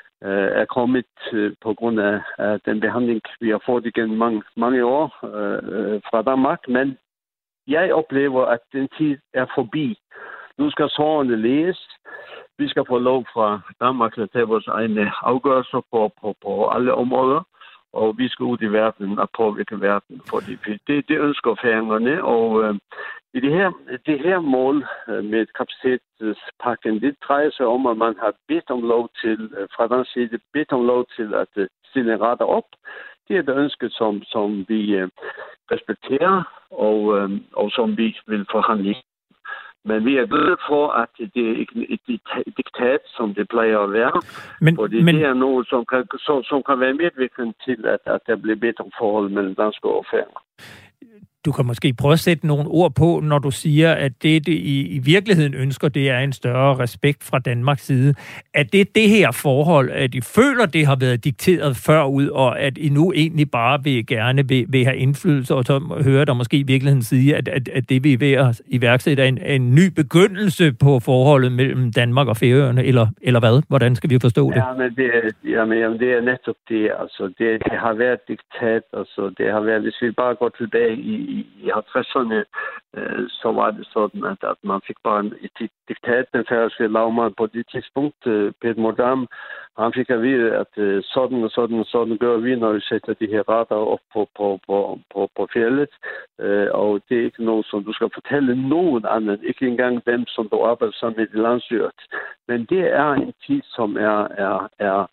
er kommet på grund af, af den behandling, vi har fået igennem mange, mange år øh, fra Danmark. Men jeg oplever, at den tid er forbi. Nu skal sårene læses. Vi skal få lov fra Danmark til at tage vores egne afgørelser på, på, på alle områder. Og vi skal ud i verden og påvirke verden. Fordi det, det ønsker færingerne. Og øh, i det her, det her mål øh, med kapacitetspakken, det drejer sig om, at man har bedt om lov til, øh, fra den side, bedt om lov til at øh, stille retter op. Det er det ønske, som, som vi øh, respekterer, og, øh, og som vi vil forhandle. Men vi er glade for, at det er ikke et diktat, som det plejer at være. Men, fordi men... det er noget, som kan, som, som kan være medvirkende til, at, at der bliver bedre forhold mellem danske og færinger. Du kan måske prøve at sætte nogle ord på, når du siger, at det, det i, i virkeligheden ønsker, det er en større respekt fra Danmarks side. Er det det her forhold, at I føler, det har været dikteret før ud, og at I nu egentlig bare vil gerne vil, vil have indflydelse, og så hører der måske i virkeligheden sige, at, at, at det vi er ved at iværksætte en, en ny begyndelse på forholdet mellem Danmark og Færøerne, eller, eller hvad? Hvordan skal vi forstå det? Ja, men det, jamen, jamen, det er netop det. Altså, det, det har været diktat. Altså, det har været, hvis vi bare går tilbage i I halvtredserne, øh, så var det sådan, at, at man fik bare et diktat. Den færøske lavmand på det tidspunkt, øh, Peter Modam, han fik at vide, at øh, sådan og sådan og sådan gør vi, når vi sætter de her radar op på, på, på, på, på fjellet. Øh, og det er ikke noget, som du skal fortælle nogen anden, ikke engang dem, som du arbejder sammen med i landsstyret. Men det er en tid, som er, er, er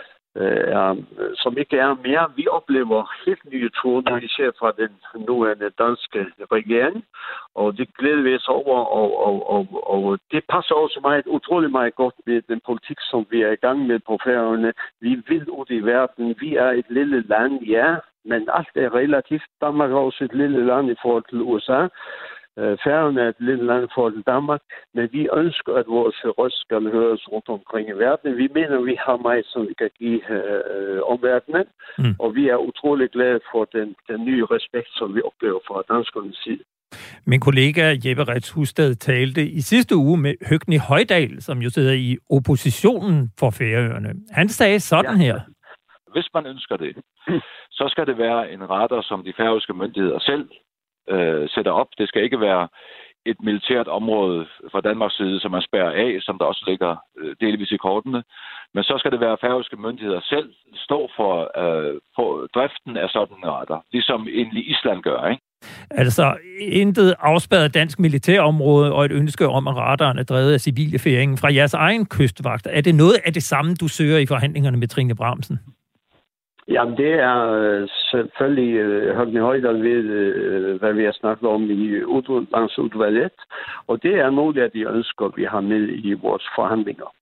Er, som ikke er mere. Vi oplever helt nye toner, især fra den nuværende danske regering, og det glæder vi os over, og, og, og, og det passer også meget, utrolig meget godt med den politik, som vi er i gang med på Færøerne. Vi vil ud i verden. Vi er et lille land, ja, men alt er relativt. Danmark er også et lille land i forhold til U S A. Færøerne er et lille land for Danmark, men vi ønsker, at vores røst skal høres rundt omkring i verden. Vi mener, at vi har meget, som vi kan give øh, omverdenen, mm. og vi er utrolig glade for den, den nye respekt, som vi oplever fra danskernes side. Min kollega Jeppe Retz Husted talte i sidste uge med Høgni Højdal, som jo sidder i oppositionen for Færøerne. Han sagde sådan ja. her. Hvis man ønsker det, så skal det være en radar, som de færøske myndigheder selv Øh, sætter op. Det skal ikke være et militært område fra Danmarks side, som man spærrer af, som der også ligger øh, delvis i kortene. Men så skal det være færøske myndigheder selv stå for, øh, for driften af sådan en radar, ligesom egentlig Island gør, ikke? Altså, intet afspærret dansk militærområde og et ønske om, at radaren er drevet af civile færinger fra jeres egen kystvagt. Er det noget af det samme, du søger i forhandlingerne med Trine Bramsen? Jamen, det er selvfølgelig øh, Høgni Højdal ved, øh, hvad vi har snakket om i udvalgsudvalget, og det er nogle af de ønsker, vi har med i vores forhandlinger.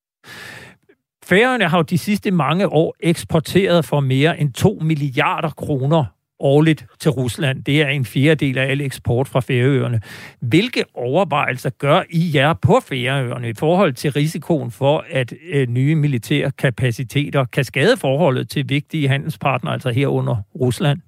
Færøerne har jo de sidste mange år eksporteret for mere end to milliarder kroner årligt til Rusland. Det er en fjerdedel af al eksport fra Færøerne. Hvilke overvejelser gør I jer på Færøerne i forhold til risikoen for, at øh, nye militære kapaciteter kan skade forholdet til vigtige handelspartnere, altså herunder Rusland?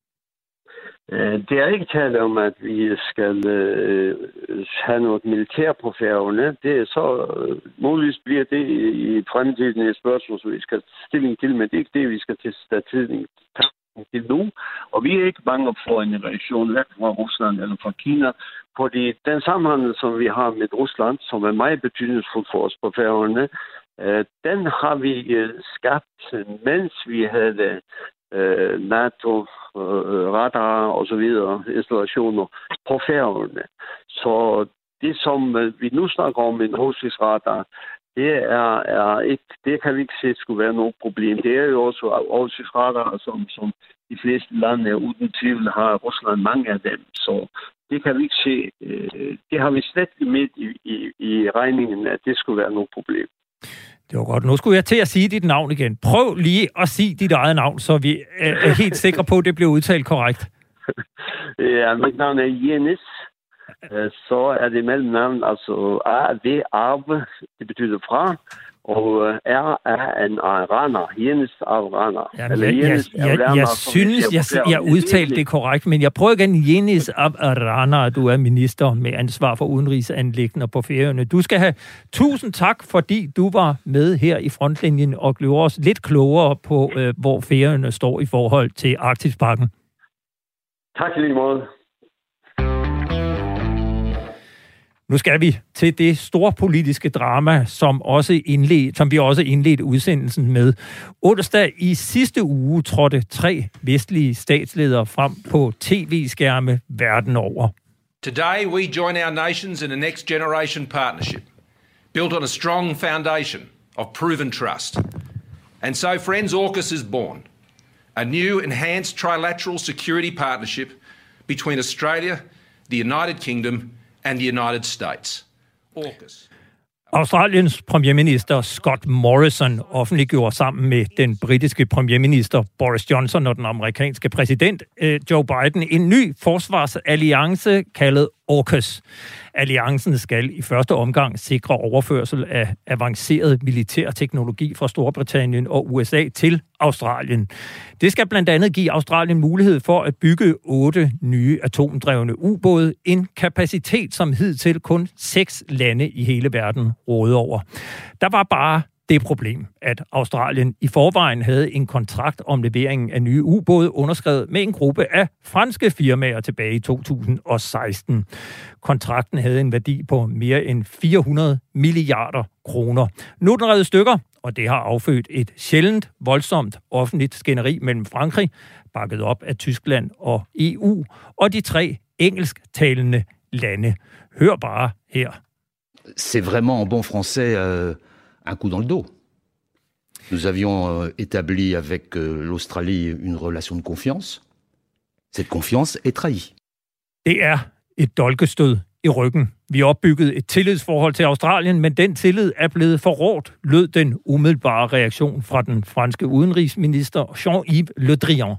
Det er ikke tale om, at vi skal øh, have noget militær på Færøerne. Det er så øh, muligvis bliver det i, i fremtiden et spørgsmål, som vi skal stilling til, men det er ikke det, vi skal tage stilling til nu. Og vi er ikke bange for en reaktion væk fra Rusland eller fra Kina, fordi den samhandel, som vi har med Rusland, som er meget betydningsfuld for os på Færøerne, øh, den har vi øh, skabt, mens vi havde øh, NATO, øh, radar og så videre installationer på Færøerne. Så det, som vi nu snakker om, en oversigtsradar, det er, er ikke, det kan vi ikke se skulle være noget problem. Det er jo også oversigtsradar, som, som de fleste lande uden tvivl har Rusland mange af dem. Så det kan vi ikke se. Det har vi slet ikke med i, i, i regningen, at det skulle være noget problem. Det var godt. Nu skulle jeg til at sige dit navn igen. Prøv lige at sige dit eget navn, så vi er helt sikre på, at det bliver udtalt korrekt. Ja, mit navn er Jenis. Så er det mellemnavn, altså A V Arve, det betyder fra, og R er en araner, Jenis Araner. Jamen, jeg, jeg, jeg, jeg, jeg synes, jeg, jeg udtalte det korrekt, men jeg prøver igen, Jenis Araner, du er minister med ansvar for udenrigsanliggender på Færøerne. Du skal have tusind tak, fordi du var med her i frontlinjen og gjorde os lidt klogere på, øh, hvor Færøerne står i forhold til Arktispakken. Tak i lige måde. Nu skal vi til det store politiske drama, som, også indled, som vi også indledte udsendelsen med. Onsdag i sidste uge trådte tre vestlige statsledere frem på tv-skærme verden over. Today we join our nations in a next generation partnership, built on a strong foundation of proven trust. And so, friends, AUKUS is born. A new enhanced trilateral security partnership between Australia, the United Kingdom and the United States. AUKUS. Australiens premierminister Scott Morrison offentliggjorde sammen med den britiske premierminister Boris Johnson og den amerikanske præsident Joe Biden en ny forsvarsalliance kaldet AUKUS. Alliancen skal i første omgang sikre overførsel af avanceret militær teknologi fra Storbritannien og U S A til Australien. Det skal blandt andet give Australien mulighed for at bygge otte nye atomdrevne ubåde, en kapacitet, som hidtil kun seks lande i hele verden råder over. Der var bare det problem, at Australien i forvejen havde en kontrakt om leveringen af nye ubåde underskrevet med en gruppe af franske firmaer tilbage i to tusind og seksten. Kontrakten havde en værdi på mere end fire hundrede milliarder kroner. Nu er den revet stykker, og det har affødt et sjældent voldsomt offentligt skænderi mellem Frankrig, bakket op af Tyskland og E U, og de tre engelsktalende lande. Hør bare her. C'est vraiment en bon français euh, un coup dans le dos. Nous avions euh, établi avec euh, l'Australie une relation de confiance. Cette confiance est trahie. Det er et dolkestød i ryggen. Vi opbyggede et tillidsforhold til Australien, men den tillid er blevet forrådt, lød den umiddelbare reaktion fra den franske udenrigsminister Jean-Yves Le Drian.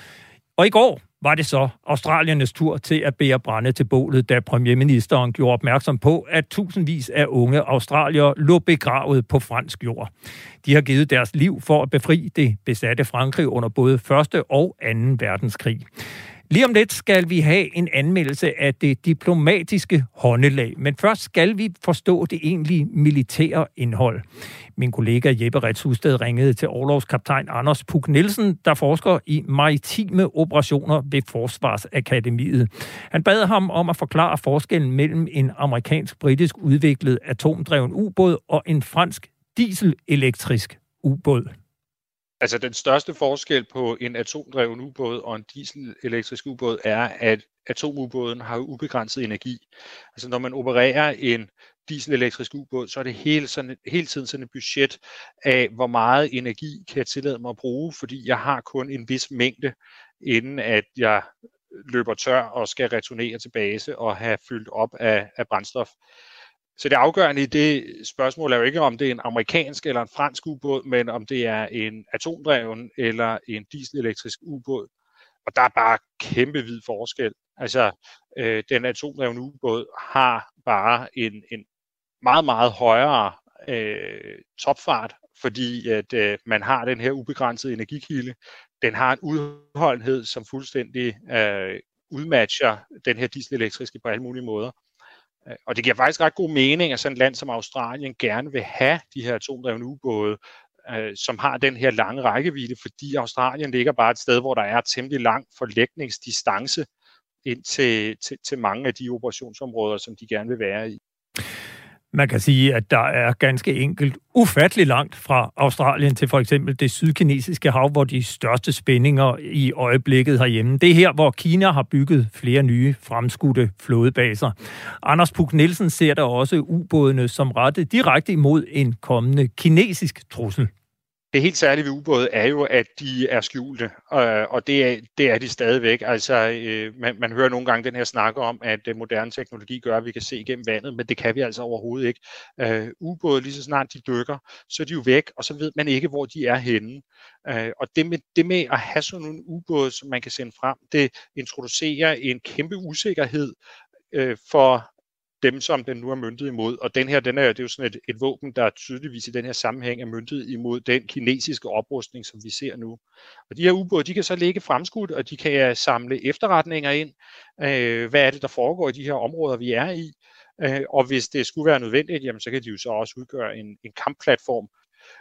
Og i går var det så australiernes tur til at bære brænde til bålet, da premierministeren gjorde opmærksom på, at tusindvis af unge australiere lå begravet på fransk jord. De har givet deres liv for at befri det besatte Frankrig under både første og anden verdenskrig. Lige om lidt skal vi have en anmeldelse af det diplomatiske håndelag, men først skal vi forstå det egentlige militære indhold. Min kollega Jeppe Retz Husted ringede til orlogskaptajn Anders Puk Nielsen, der forsker i maritime operationer ved Forsvarsakademiet. Han bad ham om at forklare forskellen mellem en amerikansk-britisk udviklet atomdreven ubåd og en fransk dieselelektrisk ubåd. Altså den største forskel på en atomdreven ubåd og en dieselelektrisk ubåd er, at atomubåden har ubegrænset energi. Altså når man opererer en dieselelektrisk ubåd, så er det hele, sådan, hele tiden sådan et budget af, hvor meget energi kan jeg tillade mig at bruge, fordi jeg har kun en vis mængde, inden at jeg løber tør og skal returnere til base og have fyldt op af, af brændstof. Så det afgørende i det spørgsmål er jo ikke, om det er en amerikansk eller en fransk ubåd, men om det er en atomdreven eller en dieselelektrisk ubåd. Og der er bare kæmpe vid forskel. Altså, øh, den atomdrevne ubåd har bare en, en meget, meget højere øh, topfart, fordi at øh, man har den her ubegrænsede energikilde. Den har en udholdenhed, som fuldstændig øh, udmatcher den her dieselelektriske på alle mulige måder. Og det giver faktisk ret god mening, at sådan et land som Australien gerne vil have de her atomdrevne ubåde, øh, som har den her lange rækkevidde, fordi Australien ligger bare et sted, hvor der er temmelig lang forlægningsdistance ind til, til, til mange af de operationsområder, som de gerne vil være i. Man kan sige, at der er ganske enkelt ufattelig langt fra Australien til for eksempel det sydkinesiske hav, hvor de største spændinger i øjeblikket herhjemme. Det er her, hvor Kina har bygget flere nye fremskudte flådebaser. Anders Puk Nielsen ser der også ubådene som rettet direkte imod en kommende kinesisk trussel. Det helt særlige ved ubåde er jo, at de er skjulte, og det er, det er de stadigvæk. Altså, man, man hører nogle gange den her snakke om, at moderne teknologi gør, at vi kan se igennem vandet, men det kan vi altså overhovedet ikke. Uh, ubåde, lige så snart de dykker, så er de jo væk, og så ved man ikke, hvor de er henne. Uh, og det med, det med at have sådan nogle ubåde, som man kan sende frem, det introducerer en kæmpe usikkerhed uh, for dem, som den nu er møntet imod. Og den her, den er, det er jo sådan et, et våben, der tydeligvis i den her sammenhæng er møntet imod den kinesiske oprustning, som vi ser nu. Og de her ubåde, de kan så ligge fremskudt, og de kan samle efterretninger ind. Øh, hvad er det, der foregår i de her områder, vi er i? Øh, og hvis det skulle være nødvendigt, jamen, så kan de jo så også udgøre en, en kampplatform.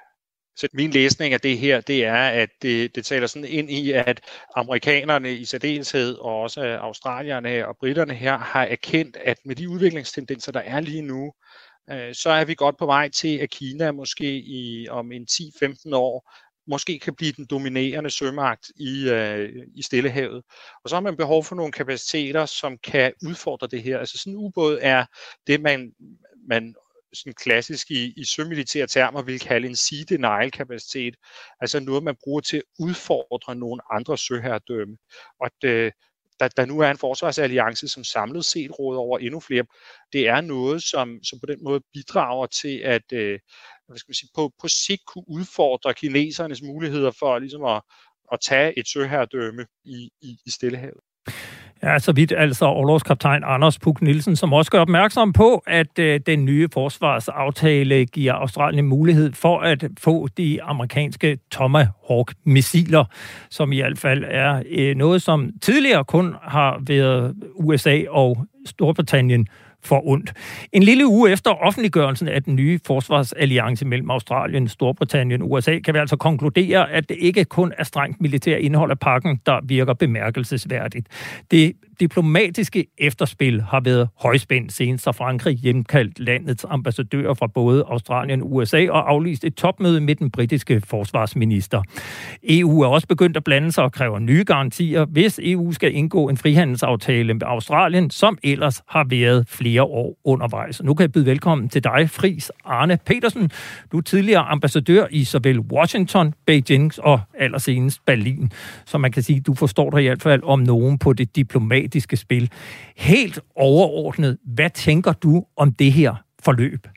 Så min læsning af det her, det er, at det, det taler sådan ind i, at amerikanerne i særdeleshed, og også australierne og britterne her, har erkendt, at med de udviklingstendenser, der er lige nu, øh, så er vi godt på vej til, at Kina måske i, om en ti til femten år, måske kan blive den dominerende sømagt i, øh, i Stillehavet. Og så har man behov for nogle kapaciteter, som kan udfordre det her. Altså sådan en ubåd er det, man... man sådan klassisk i, i sømilitære termer vil kalde en sea denial kapacitet, altså noget, man bruger til at udfordre nogle andre søherredømme. Og at øh, der, der nu er en forsvarsalliance, som samlet set råder over endnu flere, det er noget, som, som på den måde bidrager til at øh, hvad skal man sige, på, på sigt kunne udfordre kinesernes muligheder for ligesom at, at tage et søherredømme i, i, i Stillehavet. Ja, så vidt altså orlogskaptajn Anders Puk Nielsen, som også gør opmærksom på, at øh, den nye forsvarsaftale giver Australien mulighed for at få de amerikanske Tomahawk-missiler, som i hvert fald er øh, noget, som tidligere kun har været U S A og Storbritannien for ondt. En lille uge efter offentliggørelsen af den nye forsvarsalliance mellem Australien, Storbritannien og U S A, kan vi altså konkludere, at det ikke kun er strengt militær indhold af pakken, der virker bemærkelsesværdigt. Det diplomatiske efterspil har været højspændt, senest har Frankrig hjemkaldt landets ambassadører fra både Australien og U S A og aflyst et topmøde med den britiske forsvarsminister. E U er også begyndt at blande sig og kræver nye garantier, hvis E U skal indgå en frihandelsaftale med Australien, som ellers har været flere år undervejs. Nu kan jeg byde velkommen til dig, Friis Arne Petersen. Du er tidligere ambassadør i såvel Washington, Beijing og allersenest Berlin. Så man kan sige, du forstår dig i hvert fald om nogen på det diplomatiske spil. Helt overordnet, hvad tænker du om det her forløb?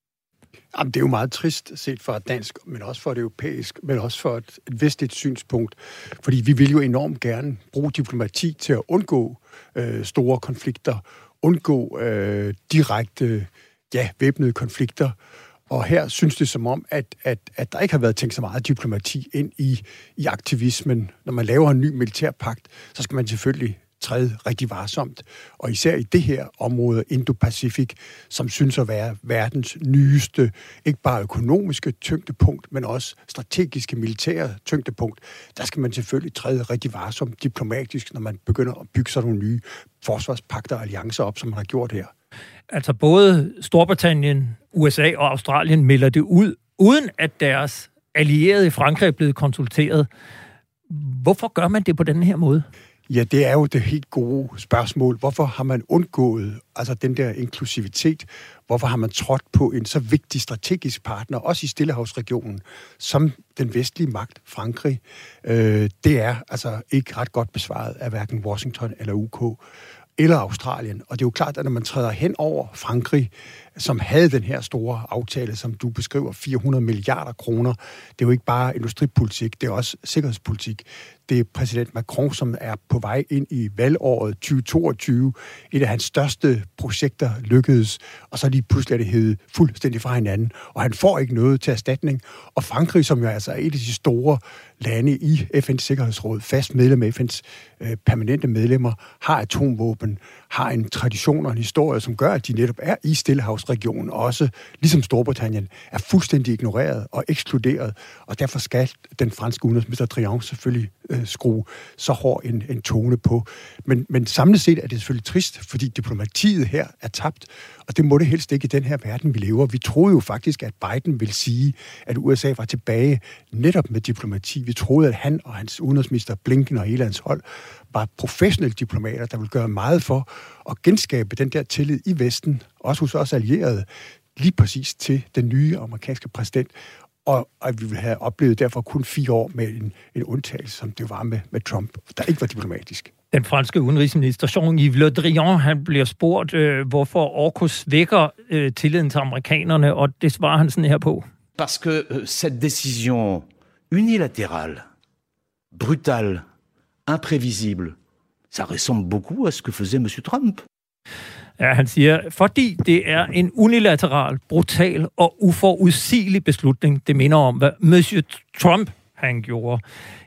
Jamen, det er jo meget trist set fra dansk, men også for et europæisk, men også for et, et vestligt synspunkt. Fordi vi vil jo enormt gerne bruge diplomati til at undgå øh, store konflikter, undgå øh, direkte ja, væbnede konflikter. Og her synes det som om, at, at, at der ikke har været tænkt så meget diplomati ind i, i aktivismen. Når man laver en ny militærpagt, så skal man selvfølgelig træde rigtig varsomt. Og især i det her område, Indo-Pacific, som synes at være verdens nyeste, ikke bare økonomiske tyngdepunkt, men også strategiske militære tyngdepunkt, der skal man selvfølgelig træde rigtig varsomt diplomatisk, når man begynder at bygge sådan nogle nye forsvarspagter og alliancer op, som man har gjort her. Altså både Storbritannien, U S A og Australien melder det ud, uden at deres allierede i Frankrig er blevet konsulteret. Hvorfor gør man det på den her måde? Ja, det er jo det helt gode spørgsmål. Hvorfor har man undgået altså den der inklusivitet? Hvorfor har man trådt på en så vigtig strategisk partner, også i Stillehavsregionen, som den vestlige magt, Frankrig? Øh, det er altså ikke ret godt besvaret af hverken Washington eller U K eller Australien. Og det er jo klart, at når man træder hen over Frankrig, som havde den her store aftale, som du beskriver, fire hundrede milliarder kroner, det er jo ikke bare industripolitik, det er også sikkerhedspolitik. Det er præsident Macron, som er på vej ind i valgåret tyve toogtyve. Et af hans største projekter lykkedes, og så lige pludselig er det hævet fuldstændig fra hinanden. Og han får ikke noget til erstatning. Og Frankrig, som jo altså er et af de store lande i F N's Sikkerhedsråd, fast medlem af F N's øh, permanente medlemmer, har atomvåben, har en tradition og en historie, som gør, at de netop er i Stillehavsregionen, og også, ligesom Storbritannien, er fuldstændig ignoreret og ekskluderet. Og derfor skal den franske udenrigsminister Drian selvfølgelig øh, skrue så hård en, en tone på. Men, men samlet set er det selvfølgelig trist, fordi diplomatiet her er tabt, og det må det helst ikke i den her verden, vi lever. Vi troede jo faktisk, at Biden ville sige, at U S A var tilbage netop med diplomati. Vi troede, at han og hans udenrigsminister Blinken og hele hans hold var professionelle diplomater, der ville gøre meget for at genskabe den der tillid i Vesten, også hos os allierede, lige præcis til den nye amerikanske præsident. Og at vi ville have oplevet derfor kun fire år med en, en undtagelse, som det var med, med Trump, der ikke var diplomatisk. Den franske udenrigsminister Jean-Yves Le Drian, han bliver spurgt, øh, hvorfor AUKUS vækker øh, tilliden til amerikanerne, og det svarer han sådan her på. Parce que euh, cette décision unilatérale, brutale, imprévisible, ça ressemble beaucoup à ce que faisait monsieur Trump. Ja, han siger, fordi det er en unilateral, brutal og uforudsigelig beslutning, det minder om, hvad monsieur Trump han gjorde.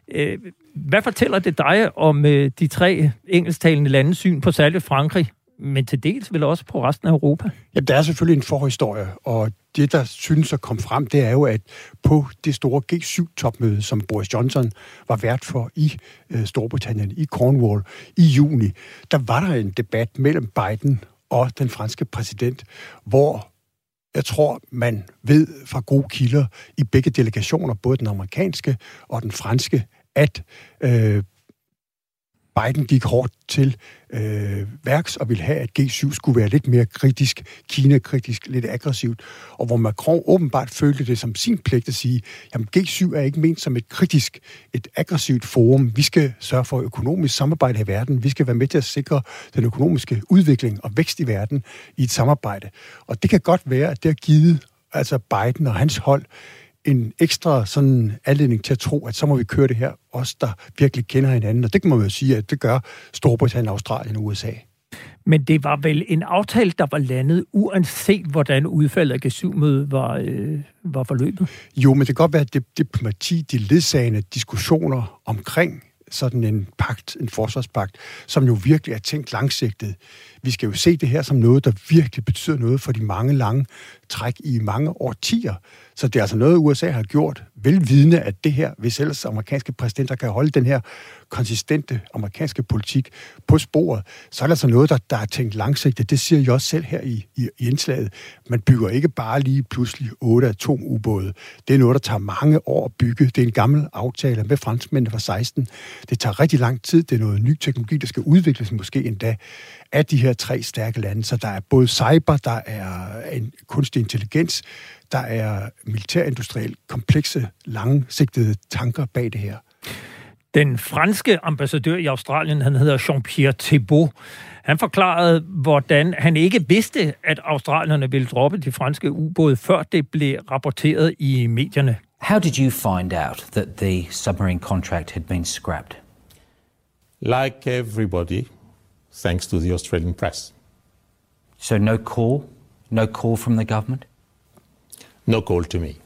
Hvad fortæller det dig om de tre engelsktalende landes syn på særligt Frankrig, men til dels vel også på resten af Europa? Ja, der er selvfølgelig en forhistorie, og det, der synes at komme frem, det er jo, at på det store G syv topmøde, som Boris Johnson var vært for i øh, Storbritannien, i Cornwall, i juni, der var der en debat mellem Biden og den franske præsident, hvor jeg tror, man ved fra gode kilder i begge delegationer, både den amerikanske og den franske, at øh, Biden gik hårdt til øh, værks og ville have, at G syv skulle være lidt mere kritisk, Kina-kritisk, lidt aggressivt, og hvor Macron åbenbart følte det som sin pligt at sige, jamen G syv er ikke ment som et kritisk, et aggressivt forum. Vi skal sørge for økonomisk samarbejde i verden. Vi skal være med til at sikre den økonomiske udvikling og vækst i verden i et samarbejde. Og det kan godt være, at det har givet altså Biden og hans hold en ekstra sådan anledning til at tro, at så må vi køre det her, os der virkelig kender hinanden. Og det kan man jo sige, at det gør Storbritannien, Australien og U S A. Men det var vel en aftale, der var landet, uanset hvordan udfaldet af G syv-mødet var, øh, var forløbet? Jo, men det kan godt være, at det diplomati, de ledsagende diskussioner omkring sådan en pagt, en forsvarspagt, som jo virkelig er tænkt langsigtet. Vi skal jo se det her som noget, der virkelig betyder noget for de mange lange træk i mange årtier. Så det er altså noget, U S A har gjort, velvidende at det her, hvis ellers amerikanske præsidenter kan holde den her konsistente amerikanske politik på sporet, så er det altså noget, der, der er tænkt langsigtet. Det siger jeg også selv her i, i, i indslaget. Man bygger ikke bare lige pludselig otte atomubåde. Det er noget, der tager mange år at bygge. Det er en gammel aftale med franskmændene fra seksten. Det tager rigtig lang tid. Det er noget ny teknologi, der skal udvikles måske endda af de her tre stærke lande. Så der er både cyber, der er en kunstig intelligens, der er militærindustrielt komplekse, langsigtede tanker bag det her. Den franske ambassadør i Australien, han hedder Jean-Pierre Thibault, han forklarede, hvordan han ikke vidste, at australierne ville droppe de franske ubåde, før det blev rapporteret i medierne. How did you find out that the submarine contract had been scrapped? Like everybody, thanks to the Australian press. So no call? No call from the government? No call to me.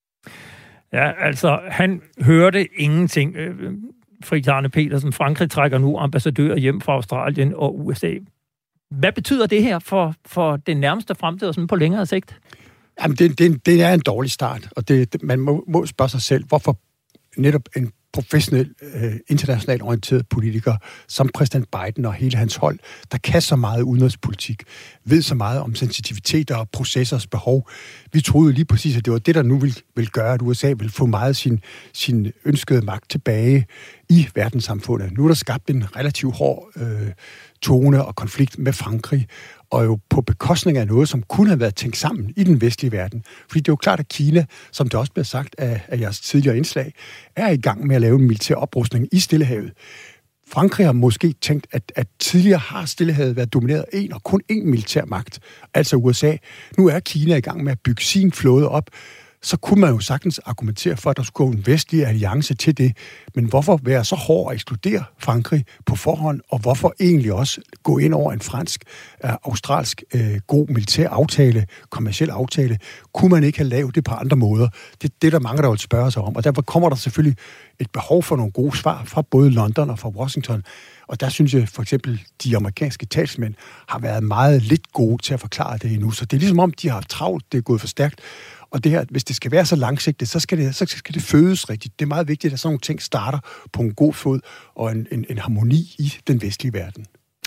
Ja, altså, han hørte ingenting. Fritz Arne Petersen, Frankrig trækker nu ambassadører hjem fra Australien og U S A. Hvad betyder det her for, for den nærmeste fremtid og sådan på længere sigt? Jamen, det, det, det er en dårlig start, og det, det, man må, må spørge sig selv, hvorfor netop en professionel, øh, internationalt orienteret politiker som præsident Biden og hele hans hold, der kan så meget udenrigspolitik, ved så meget om sensitiviteter og processers behov. Vi troede lige præcis, at det var det, der nu ville, ville gøre, at U S A ville få meget sin, sin ønskede magt tilbage i verdenssamfundet. Nu er der skabt en relativt hård øh, tone og konflikt med Frankrig, og jo på bekostning af noget, som kunne have været tænkt sammen i den vestlige verden. Fordi det er jo klart, at Kina, som det også bliver sagt af, af jeres tidligere indslag, er i gang med at lave en militær oprustning i Stillehavet. Frankrig har måske tænkt, at, at tidligere har Stillehavet været domineret af en og kun én militær magt, altså U S A. Nu er Kina i gang med at bygge sin flåde op, så kunne man jo sagtens argumentere for, at der skulle gå en vestlig alliance til det. Men hvorfor være så hård at ekskludere Frankrig på forhånd, og hvorfor egentlig også gå ind over en fransk, øh, australsk øh, god militær aftale, kommerciel aftale? Kunne man ikke have lavet det på andre måder? Det, det er der mange, der vil spørge sig om. Og derfor kommer der selvfølgelig et behov for nogle gode svar fra både London og fra Washington. Og der synes jeg for eksempel, de amerikanske talsmænd har været meget lidt gode til at forklare det endnu. Så det er ligesom om, de har haft travlt, det er gået for stærkt. Og det her, hvis det skal være så langsigtet, så skal det, så skal det fødes rigtigt. Det er meget vigtigt, at sådan nogle ting starter på en god fod og en, en, en harmoni i den vestlige verden.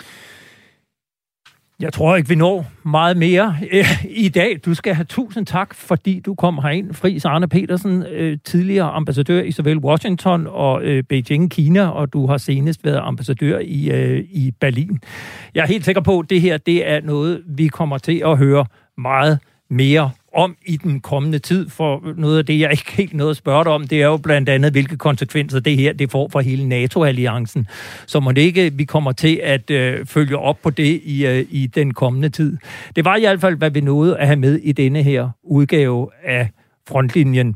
Jeg tror ikke, vi når meget mere øh, i dag. Du skal have tusind tak, fordi du kom herind. Friis Arne Petersen, øh, tidligere ambassadør i såvel Washington og øh, Beijing, Kina, og du har senest været ambassadør i, øh, i Berlin. Jeg er helt sikker på, at det her det er noget, vi kommer til at høre meget mere om i den kommende tid, for noget af det, jeg ikke helt nåede at spørge dig om, det er jo blandt andet, hvilke konsekvenser det her det får for hele NATO-alliancen. Så må det ikke, vi kommer til at øh, følge op på det i, øh, i den kommende tid. Det var i hvert fald, hvad vi nåede at have med i denne her udgave af Frontlinjen.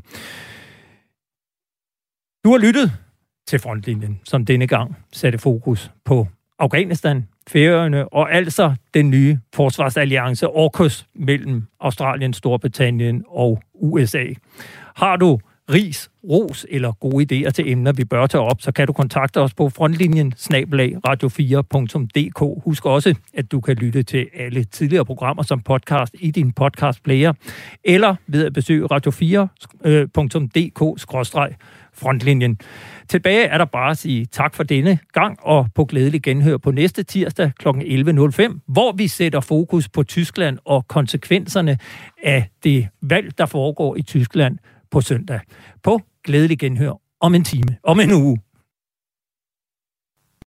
Du har lyttet til Frontlinjen, som denne gang satte fokus på Afghanistan, Færøerne og altså den nye forsvarsalliance AUKUS mellem Australien, Storbritannien og U S A. Har du ris, ros eller gode idéer til emner, vi bør tage op, så kan du kontakte os på frontlinjen snabel-a radio fire punktum d k. Husk også, at du kan lytte til alle tidligere programmer som podcast i din podcastplayer, eller ved at besøge radio fire punktum d k skråstreg frontlinjen. Tilbage er der bare at sige tak for denne gang, og på glædelig genhør på næste tirsdag kl. elleve nul fem, hvor vi sætter fokus på Tyskland og konsekvenserne af det valg, der foregår i Tyskland på søndag. På glædelig genhør om en time, om en uge.